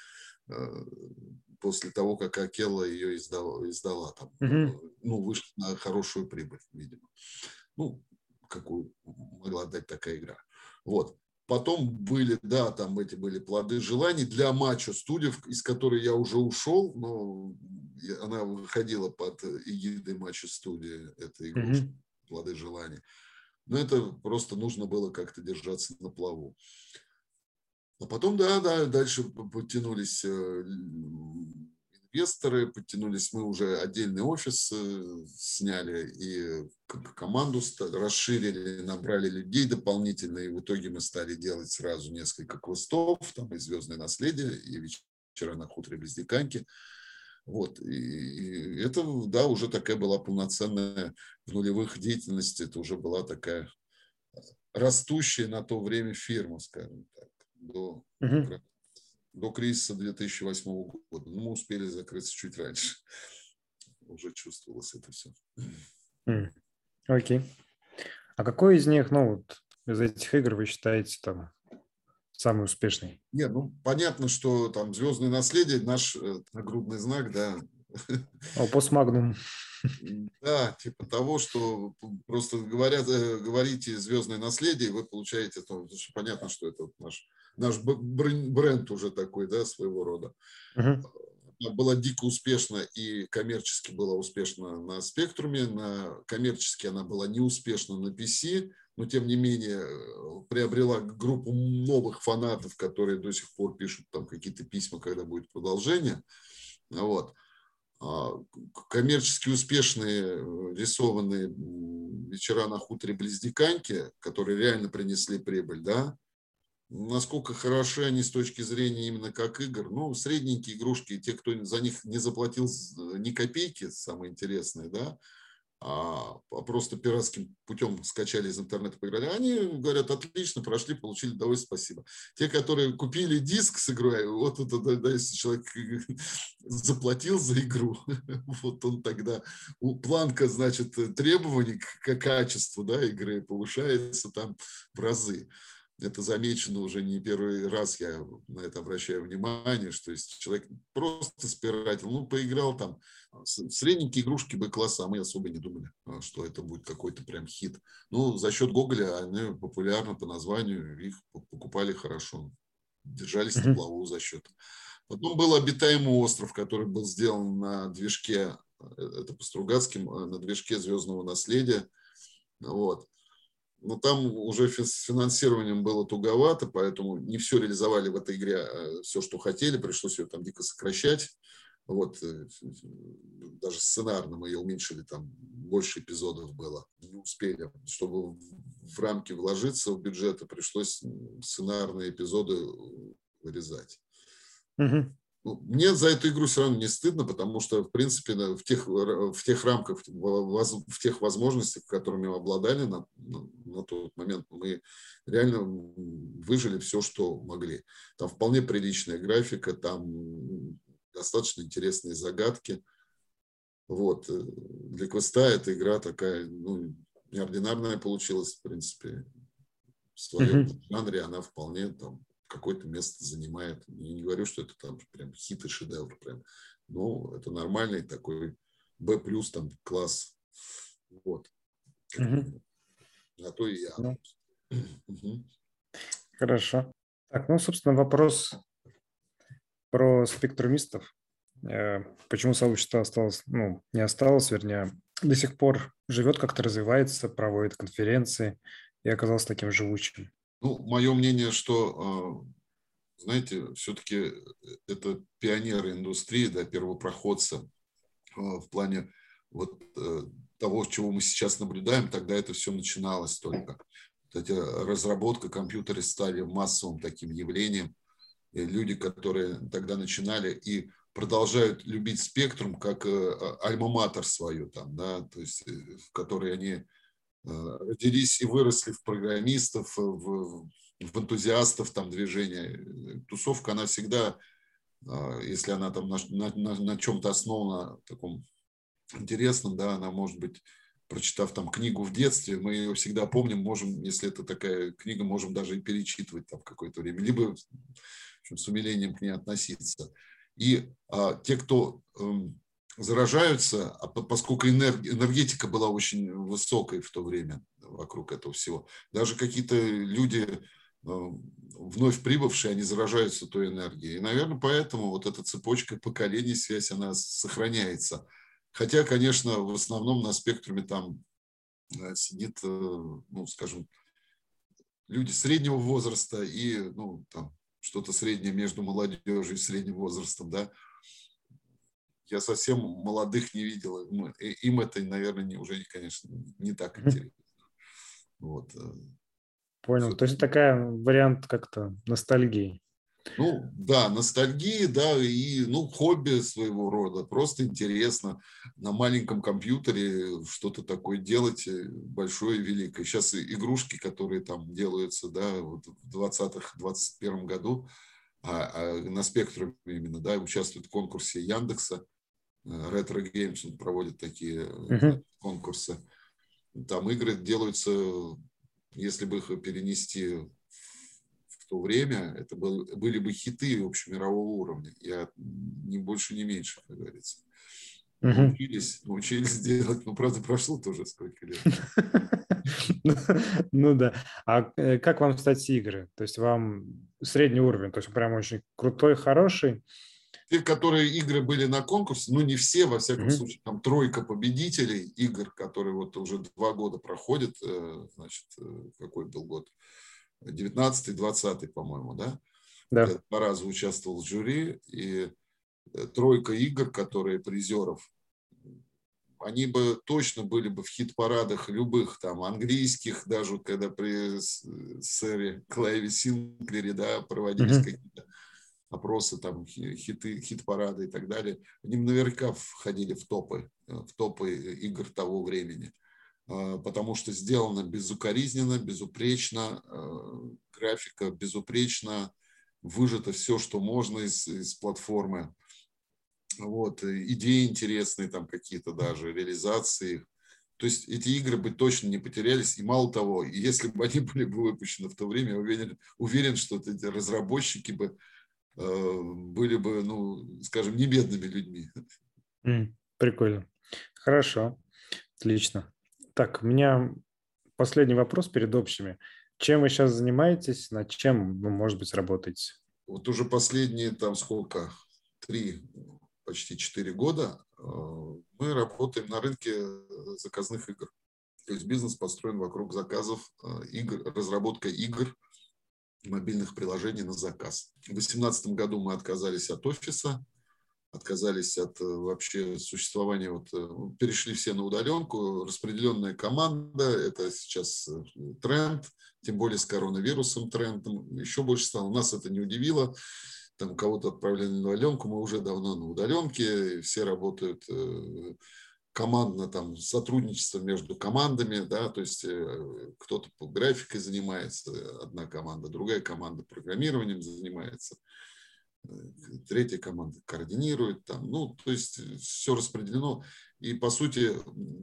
после того, как Акела ее издала, издала там, uh-huh. ну, вышла на хорошую прибыль, видимо. Ну, какую могла дать такая игра. Вот. Потом были, да, там эти были плоды желаний для Мачо студиев, из которой я уже ушел, но она выходила под эгидой Мачо студии, эта игрушка, uh-huh. плоды желаний. Но это просто нужно было как-то держаться на плаву. А потом, да, да, дальше подтянулись инвесторы, подтянулись, мы уже отдельный офис сняли и команду расширили, набрали людей дополнительно, и в итоге мы стали делать сразу несколько квестов, там и «Звездное наследие», и «Вечера на хуторе близ Диканьки». Вот, и, и это, да, уже такая была полноценная в нулевых деятельности, это уже была такая растущая на то время фирма, скажем так. До, uh-huh. до кризиса две тысячи восьмого года. Но мы успели закрыться чуть раньше. Уже чувствовалось это все. Окей. Mm. Okay. А какой из них, ну, вот, из этих игр вы считаете там самый успешный? Нет, ну, понятно, что там «Звездное наследие» наш э, нагрудный знак, да. Опус магнум. Да, типа того, что просто говорят, говорите «Звездное наследие», вы получаете, то, что понятно, что это наш, наш бренд уже такой, да, своего рода. Uh-huh. Она была дико успешна и коммерчески была успешна на Спектруме, на коммерчески она была неуспешна на пи си, но тем не менее приобрела группу новых фанатов, которые до сих пор пишут там какие-то письма, когда будет продолжение. Вот. Коммерчески успешные рисованные «Вечера на хуторе близ Диканьки», которые реально принесли прибыль, да, насколько хороши они с точки зрения именно как игр, ну, средненькие игрушки, те, кто за них не заплатил ни копейки, самое интересное, да, а просто пиратским путем скачали из интернета, поиграли, они говорят, отлично, прошли, получили удовольствие, спасибо. Те, которые купили диск с игрой, вот это, да, если человек заплатил за игру, вот он тогда, планка, значит, требований к качеству, да, игры повышается там в разы. Это замечено уже не первый раз, я на это обращаю внимание, что если человек просто спиратил, ну, поиграл там, средненькие игрушки Б-класса, а мы особо не думали, что это будет какой-то прям хит. Ну, за счет Гоголя они популярны по названию, их покупали хорошо, держались uh-huh. на плаву за счет. Потом был «Обитаемый остров», который был сделан на движке, это по Стругацким, на движке «Звездного наследия», вот. Но там уже с финансированием было туговато, поэтому не все реализовали в этой игре, все, что хотели, пришлось ее там дико сокращать. Вот. Даже сценарно мы ее уменьшили, там больше эпизодов было. Не успели. Чтобы в рамки вложиться в бюджет, пришлось сценарные эпизоды вырезать. Uh-huh. Мне за эту игру все равно не стыдно, потому что, в принципе, в тех, в тех рамках, в тех возможностях, которыми мы обладали на, на, на тот момент, мы реально выжили все, что могли. Там вполне приличная графика, там достаточно интересные загадки. Вот. Для квеста эта игра такая, ну, неординарная получилась, в принципе. В своем Мгм. жанре она вполне там какое-то место занимает. Я не говорю, что это там прям хит и шедевр. Прям. Но это нормальный такой B плюс там класс. Вот. Мгм. А то и я. Ну, Мгм. хорошо. Так, ну, собственно, вопрос про спектрумистов. Э, Почему сообщество осталось, ну, не осталось, вернее, до сих пор живет, как-то развивается, проводит конференции и оказался таким живучим. Ну, мое мнение, что, э, знаете, все-таки это пионеры индустрии, да, первопроходцы э, в плане вот э, того, чего мы сейчас наблюдаем, тогда это все начиналось только. Кстати, разработка компьютера стали массовым таким явлением. И люди, которые тогда начинали и продолжают любить Спектрум как э, альма-матер свою, там, да, то есть, э, в которой они э, родились и выросли в программистов, в, в энтузиастов там движения. Тусовка, она всегда, э, если она там на, на, на чем-то основана, таком интересном, да, она может быть, прочитав там книгу в детстве, мы ее всегда помним, можем, если это такая книга, можем даже и перечитывать там какое-то время, либо в общем, с умилением к ней относиться. И а, те, кто эм, заражаются, а поскольку энерг, энергетика была очень высокой в то время вокруг этого всего, даже какие-то люди, э, вновь прибывшие, они заражаются той энергией. И, наверное, поэтому вот эта цепочка поколений, связь, она сохраняется. Хотя, конечно, в основном на спектруме там э, сидит, э, ну, скажем, люди среднего возраста и, ну, там, что-то среднее между молодежью и средним возрастом, да. Я совсем молодых не видел. Им это, наверное, не, уже, конечно, не так Мгм. интересно. Вот. Понял. То есть Все-таки, такая вариант как-то ностальгии. ну, да, ностальгия, да, и, ну, хобби своего рода. Просто интересно на маленьком компьютере что-то такое делать большое и великое. Сейчас игрушки, которые там делаются, да, вот в двадцатом-двадцать первом году, а, а на Спектруме именно, да, участвуют в конкурсе Яндекса. Retro Games он проводит такие Мгм. конкурсы. Там игры делаются, если бы их перенести в то время, это был, были бы хиты общемирового уровня. Я ни больше, ни меньше, как говорится. Мгм. Научились, научились делать. Ну, правда, прошло тоже сколько лет. Ну ну да. А э, как вам, кстати, игры? То есть вам средний уровень, то есть прям очень крутой, хороший. Те, которые игры были на конкурсе, ну, не все, во всяком Мгм. случае, там тройка победителей игр, которые вот уже два года проходят, э, значит, э, какой был год? девятнадцатый, двадцатый, по-моему, да? Да. Я два раза участвовал в жюри, и э, тройка игр, которые призеров, они бы точно были бы в хит-парадах любых, там, английских, даже вот когда при сэре Клайве Синклере, да, проводились Мгм. какие-то опросы, там, хиты, хит-парады и так далее, они наверняка входили в топы, в топы игр того времени, потому что сделано безукоризненно, безупречно, графика безупречна, выжато все, что можно из, из платформы. Вот, идеи интересные там какие-то даже, реализации. То есть эти игры бы точно не потерялись. И мало того, если бы они были бы выпущены в то время, я уверен, уверен что эти разработчики бы э, были бы, ну, скажем, не бедными людьми. М, Прикольно. Хорошо. Отлично. Так, у меня последний вопрос перед общими. Чем вы сейчас занимаетесь, над чем, ну, может быть, работаете? Вот уже последние там сколько, три, почти четыре года э, мы работаем на рынке заказных игр. То есть бизнес построен вокруг заказов, э, игр, разработка игр, мобильных приложений на заказ. В две тысячи восемнадцатом году мы отказались от офиса, отказались от э, вообще существования, вот, э, перешли все на удаленку, распределенная команда, это сейчас э, тренд, тем более с коронавирусом трендом, еще больше стало. Нас это не удивило, там кого-то отправляли на удаленку, мы уже давно на удаленке, все работают э, командно, там, сотрудничество между командами, да, то есть э, кто-то по графикой занимается, одна команда, другая команда программированием занимается. третья команда координирует. Там, ну, то есть все распределено. И, по сути,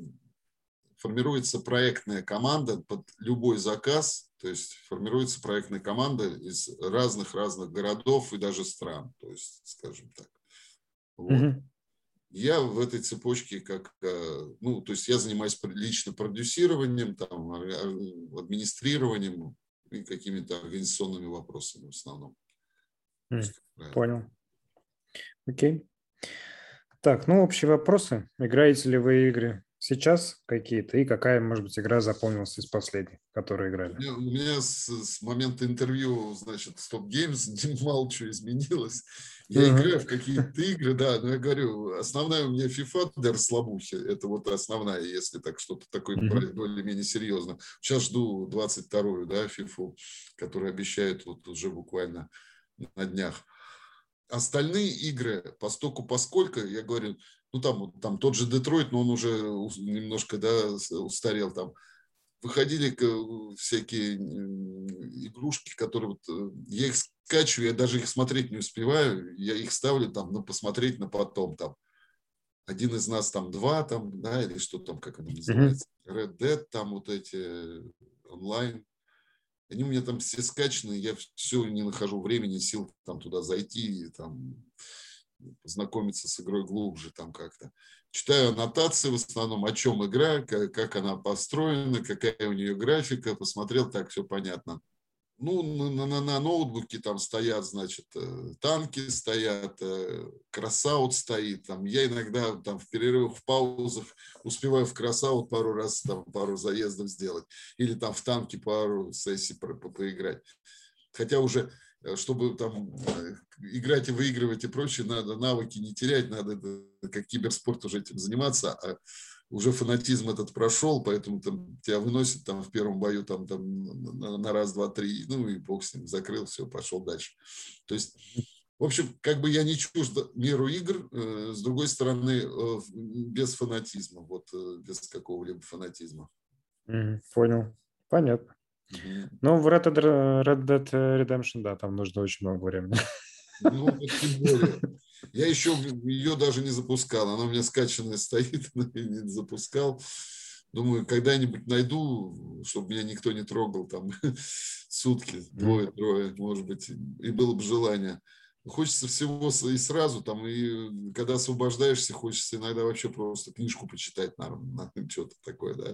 формируется проектная команда под любой заказ. То есть формируется проектная команда из разных-разных городов и даже стран. То есть, скажем так. Вот. Мгм. Я в этой цепочке как, ну, то есть я занимаюсь лично продюсированием, там, администрированием и какими-то организационными вопросами в основном. То М, есть, как правило. Понял. Окей. Так, ну, общие вопросы. Играете ли вы игры сейчас какие-то? И какая, может быть, игра запомнилась из последних, которые У играли? меня, у меня с, с момента интервью, значит, Stop Games мало что изменилось. Я Мгм. играю в какие-то игры, да, но я говорю, основная у меня FIFA для расслабухи. Это вот основная, если так что-то такое Мгм. брать более-менее серьезно. Сейчас жду двадцать вторую, да, FIFA, которую обещают вот уже буквально на днях. Остальные игры, постоку поскольку, я говорю, ну там, там тот же Детройт, но он уже немножко, да, устарел там. Выходили всякие игрушки, которые вот, я их скачиваю, я даже их смотреть не успеваю, я их ставлю там, ну, посмотреть на потом там. Один из нас там два, там, да, или что там, как оно Мгм. называется, Red Dead, там вот эти онлайн. Они у меня там все скачаны, я все не нахожу времени, сил там туда зайти, там, познакомиться с игрой глубже там как-то. Читаю аннотации в основном, о чем игра, как, как она построена, какая у нее графика. Посмотрел, так все понятно. Ну, на, на, на ноутбуке там стоят, значит, танки стоят, кросаут стоит. Там, я иногда там в перерывах, в паузах успеваю в кросаут пару раз, там, пару заездов сделать. Или там в танки пару сессий по, по, поиграть. Хотя уже, чтобы там играть и выигрывать и прочее, надо навыки не терять, надо как киберспорт уже этим заниматься, а уже фанатизм этот прошел, поэтому там тебя выносит там в первом бою там, там на, на раз, два, три, ну и бог с ним, закрыл, все, пошел дальше. То есть, в общем, как бы я не чужд миру игр, э, с другой стороны, э, без фанатизма, вот э, без какого-либо фанатизма. Мгм. Понял. Понятно. Угу. Ну, в Red Dead, Red Dead Redemption, да, там нужно очень много времени. Ну, вот тем более. Я еще ее даже не запускал. Она у меня скачанная стоит, но я не запускал. Думаю, когда-нибудь найду, чтобы меня никто не трогал там сутки, двое-трое, может быть, и было бы желание. Хочется всего и сразу, там, и когда освобождаешься, хочется иногда вообще просто книжку почитать, наверное, что-то такое, да.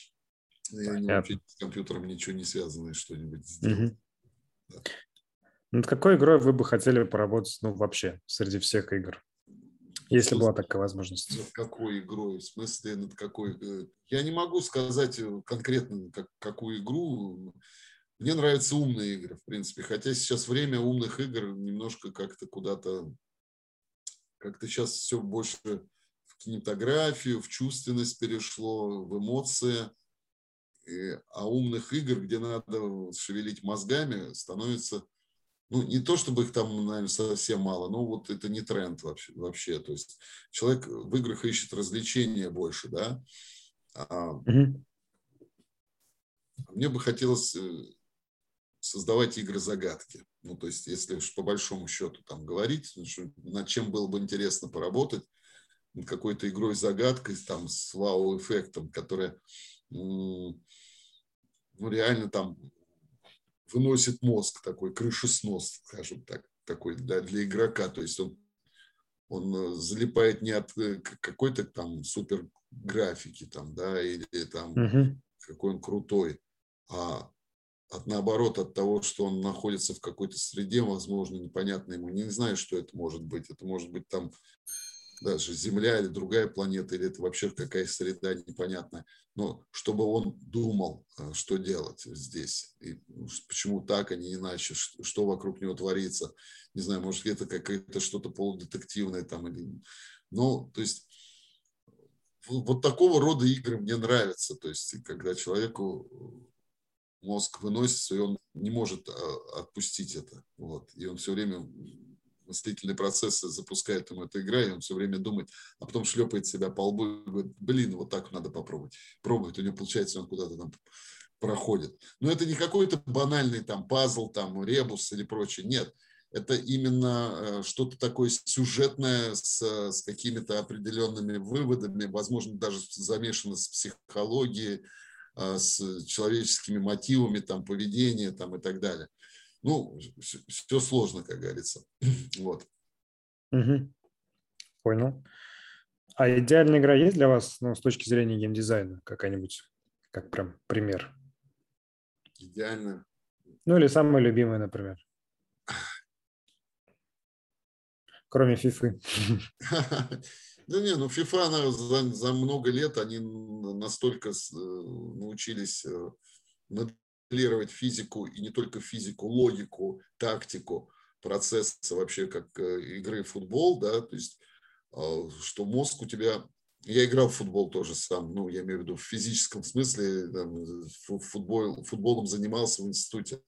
И вообще Понятно. с компьютером ничего не связанное что-нибудь сделать. Мгм. Да. Над какой игрой вы бы хотели поработать, ну, вообще, среди всех игр, если Что была значит такая возможность? над какой игрой? В смысле, над какой? э, Я не могу сказать э, конкретно, как, какую игру. Мне нравятся умные игры, в принципе. Хотя сейчас время умных игр немножко как-то куда-то... Как-то сейчас все больше в кинематографию, в чувственность перешло, в эмоции. И- а умных игр, где надо шевелить мозгами, становится... Ну, не то, чтобы их там, наверное, совсем мало, но вот это не тренд вообще. вообще. То есть человек в играх ищет развлечения больше, да. А Мгм. мне бы хотелось э, создавать игры-загадки. Ну, то есть, если уж по большому счету там говорить, ну, что, над чем было бы интересно поработать, над какой-то игрой-загадкой там с вау-эффектом, которая м, ну, реально там выносит мозг, такой крышеснос, скажем так, такой для, для игрока. То есть он он э, залипает не от э, к- какой-то там супер графики там, да, или там Мгм. какой он крутой, а от наоборот, от того, что он находится в какой-то среде, возможно, непонятно ему. Не знаю, что это может быть. Это может быть там даже Земля или другая планета, или это вообще какая среда непонятная. Но чтобы он думал, э, что делать здесь, и почему так, а не иначе, что что вокруг него творится. Не знаю, может, это какое-то что-то полудетективное там. Или... Ну, то есть в- вот такого рода игры мне нравятся. То есть когда человеку мозг выносится, и он не может а, отпустить это. Вот. И он все время мыслительные процессы запускает ему эта игра, и он все время думает, а потом шлепает себя по лбу и говорит, блин, вот так надо попробовать. Пробует, у него получается, он куда-то там проходит. Но это не какой-то банальный там пазл, там ребус или прочее. Нет. это именно что-то такое сюжетное с, с какими-то определенными выводами, возможно, даже замешано с психологией, с человеческими мотивами, там, поведения там, и так далее. Ну, все сложно, как говорится. Вот. Угу. Понял. А идеальная игра есть для вас, ну, с точки зрения геймдизайна какая-нибудь, как прям пример? Идеально. Ну, или самая любимая, например. Кроме FIFA. Да не, ну FIFA, она за, за много лет, они настолько научились моделировать физику, и не только физику, логику, тактику, процессы вообще как игры в футбол, да, то есть что мозг у тебя... Я играл в футбол тоже сам, ну, я имею в виду в физическом смысле, там, футбол, футболом занимался в институте.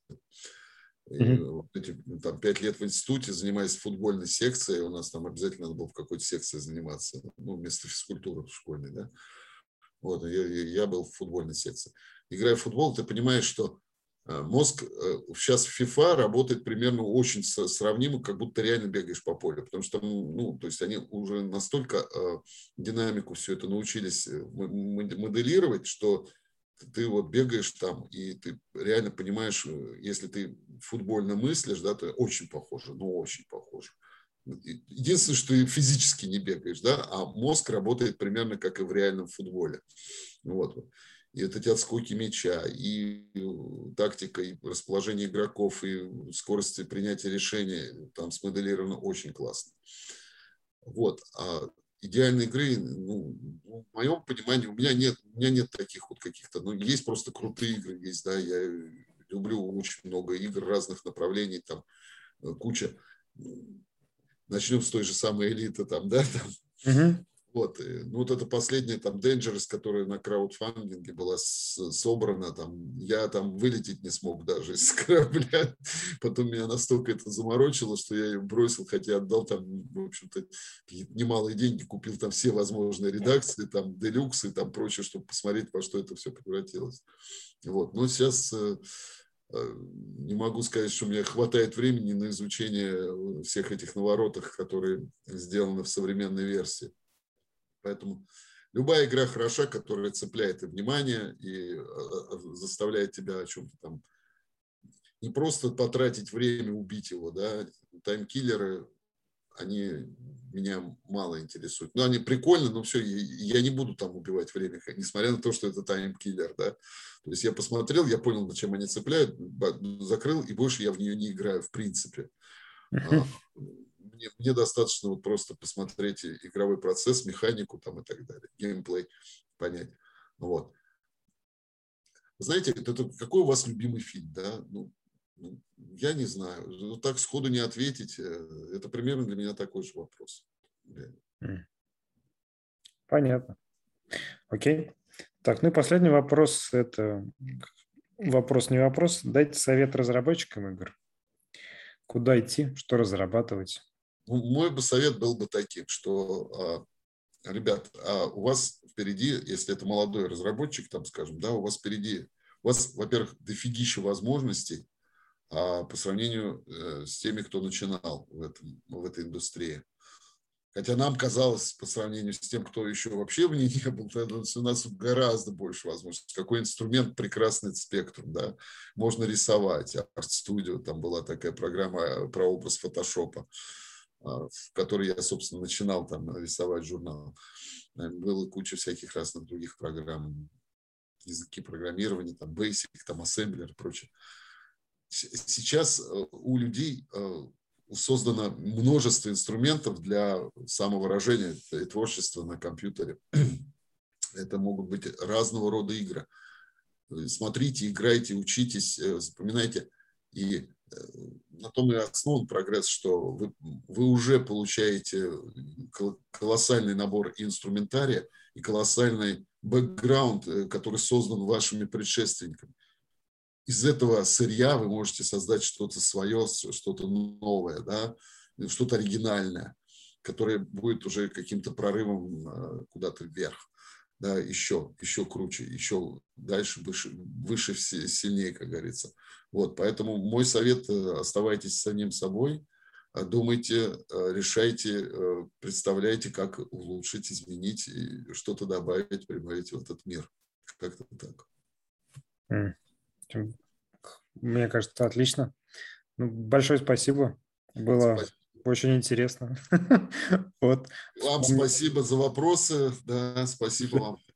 И вот эти, там, пять лет в институте, занимаясь футбольной секцией, у нас там обязательно надо было в какой-то секции заниматься, ну, вместо физкультуры школьной, да. Вот, я, я был в футбольной секции. Играя в футбол, ты понимаешь, что мозг сейчас в FIFA работает примерно очень сравнимо, как будто реально бегаешь по полю, потому что, ну, то есть они уже настолько динамику все это научились моделировать, что ты вот бегаешь там, и ты реально понимаешь, если ты футбольно мыслишь, да, то очень похоже, ну, очень похоже. Единственное, что ты физически не бегаешь, да, а мозг работает примерно как и в реальном футболе. Вот. И это эти отскоки мяча, и тактика, и расположение игроков, и скорость принятия решений там смоделировано очень классно. Вот. А идеальной игры, ну, в моем понимании, у меня нет, у меня нет таких вот каких-то, ну, есть просто крутые игры, есть, да, я люблю очень много игр разных направлений, там куча. Начнем с той же самой элиты, там, да, там. Угу. Вот, ну, вот это последняя там Dangerous, которая на краудфандинге была собрана, там, я там вылететь не смог даже из корабля, потом меня настолько это заморочило, что я ее бросил, хотя отдал там, в общем-то, немалые деньги, купил там все возможные редакции, там, делюксы, там, прочее, чтобы посмотреть, во что это все превратилось. Вот, но сейчас не могу сказать, что у меня хватает времени на изучение всех этих наворотов, которые сделаны в современной версии. Поэтому любая игра хороша, которая цепляет и внимание, и заставляет тебя о чем-то там не просто потратить время, убить его, да. Таймкиллеры, они меня мало интересуют. Ну, они прикольны, но все, я не буду там убивать время, несмотря на то, что это таймкиллер, да. То есть я посмотрел, я понял, на чем они цепляют, закрыл, и больше я в нее не играю в принципе. Мне, мне достаточно вот просто посмотреть игровой процесс, механику там и так далее, геймплей понять. Вот. Знаете, это, какой у вас любимый фильм, да? Ну, я не знаю. Ну, так сходу не ответить. Это примерно для меня такой же вопрос. Понятно. Окей. Так, ну и последний вопрос. Это вопрос не вопрос. Дайте совет разработчикам игр. Куда идти, что разрабатывать? Мой бы совет был бы таким, что, ребят, у вас впереди, если это молодой разработчик, там, скажем, да, у вас впереди, у вас, во-первых, дофигища возможностей по сравнению с теми, кто начинал в, этом, в этой индустрии. Хотя нам казалось, по сравнению с тем, кто еще вообще в ней не был, у нас гораздо больше возможностей. Какой инструмент, прекрасный спектрум, да. Можно рисовать. Art Studio, там была такая программа про образ фотошопа, в которой я, собственно, начинал там рисовать журнал. Было куча всяких разных других программ, языки программирования, там Basic, там Assembler и прочее. Сейчас у людей создано множество инструментов для самовыражения и творчества на компьютере. Это могут быть разного рода игры. Смотрите, играйте, учитесь, запоминайте. И на том и основан прогресс, что вы, вы уже получаете колоссальный набор инструментария и колоссальный бэкграунд, который создан вашими предшественниками. Из этого сырья вы можете создать что-то свое, что-то новое, да, что-то оригинальное, которое будет уже каким-то прорывом куда-то вверх, да, еще, еще круче, еще дальше, выше, выше, сильнее, как говорится. Вот, поэтому мой совет – оставайтесь самим собой, думайте, решайте, представляйте, как улучшить, изменить, и что-то добавить, прибавить в этот мир. Как-то так. Мне кажется, отлично. Ну, большое спасибо. Было спасибо. Очень интересно. Вот. Вам спасибо за вопросы. Да, спасибо вам.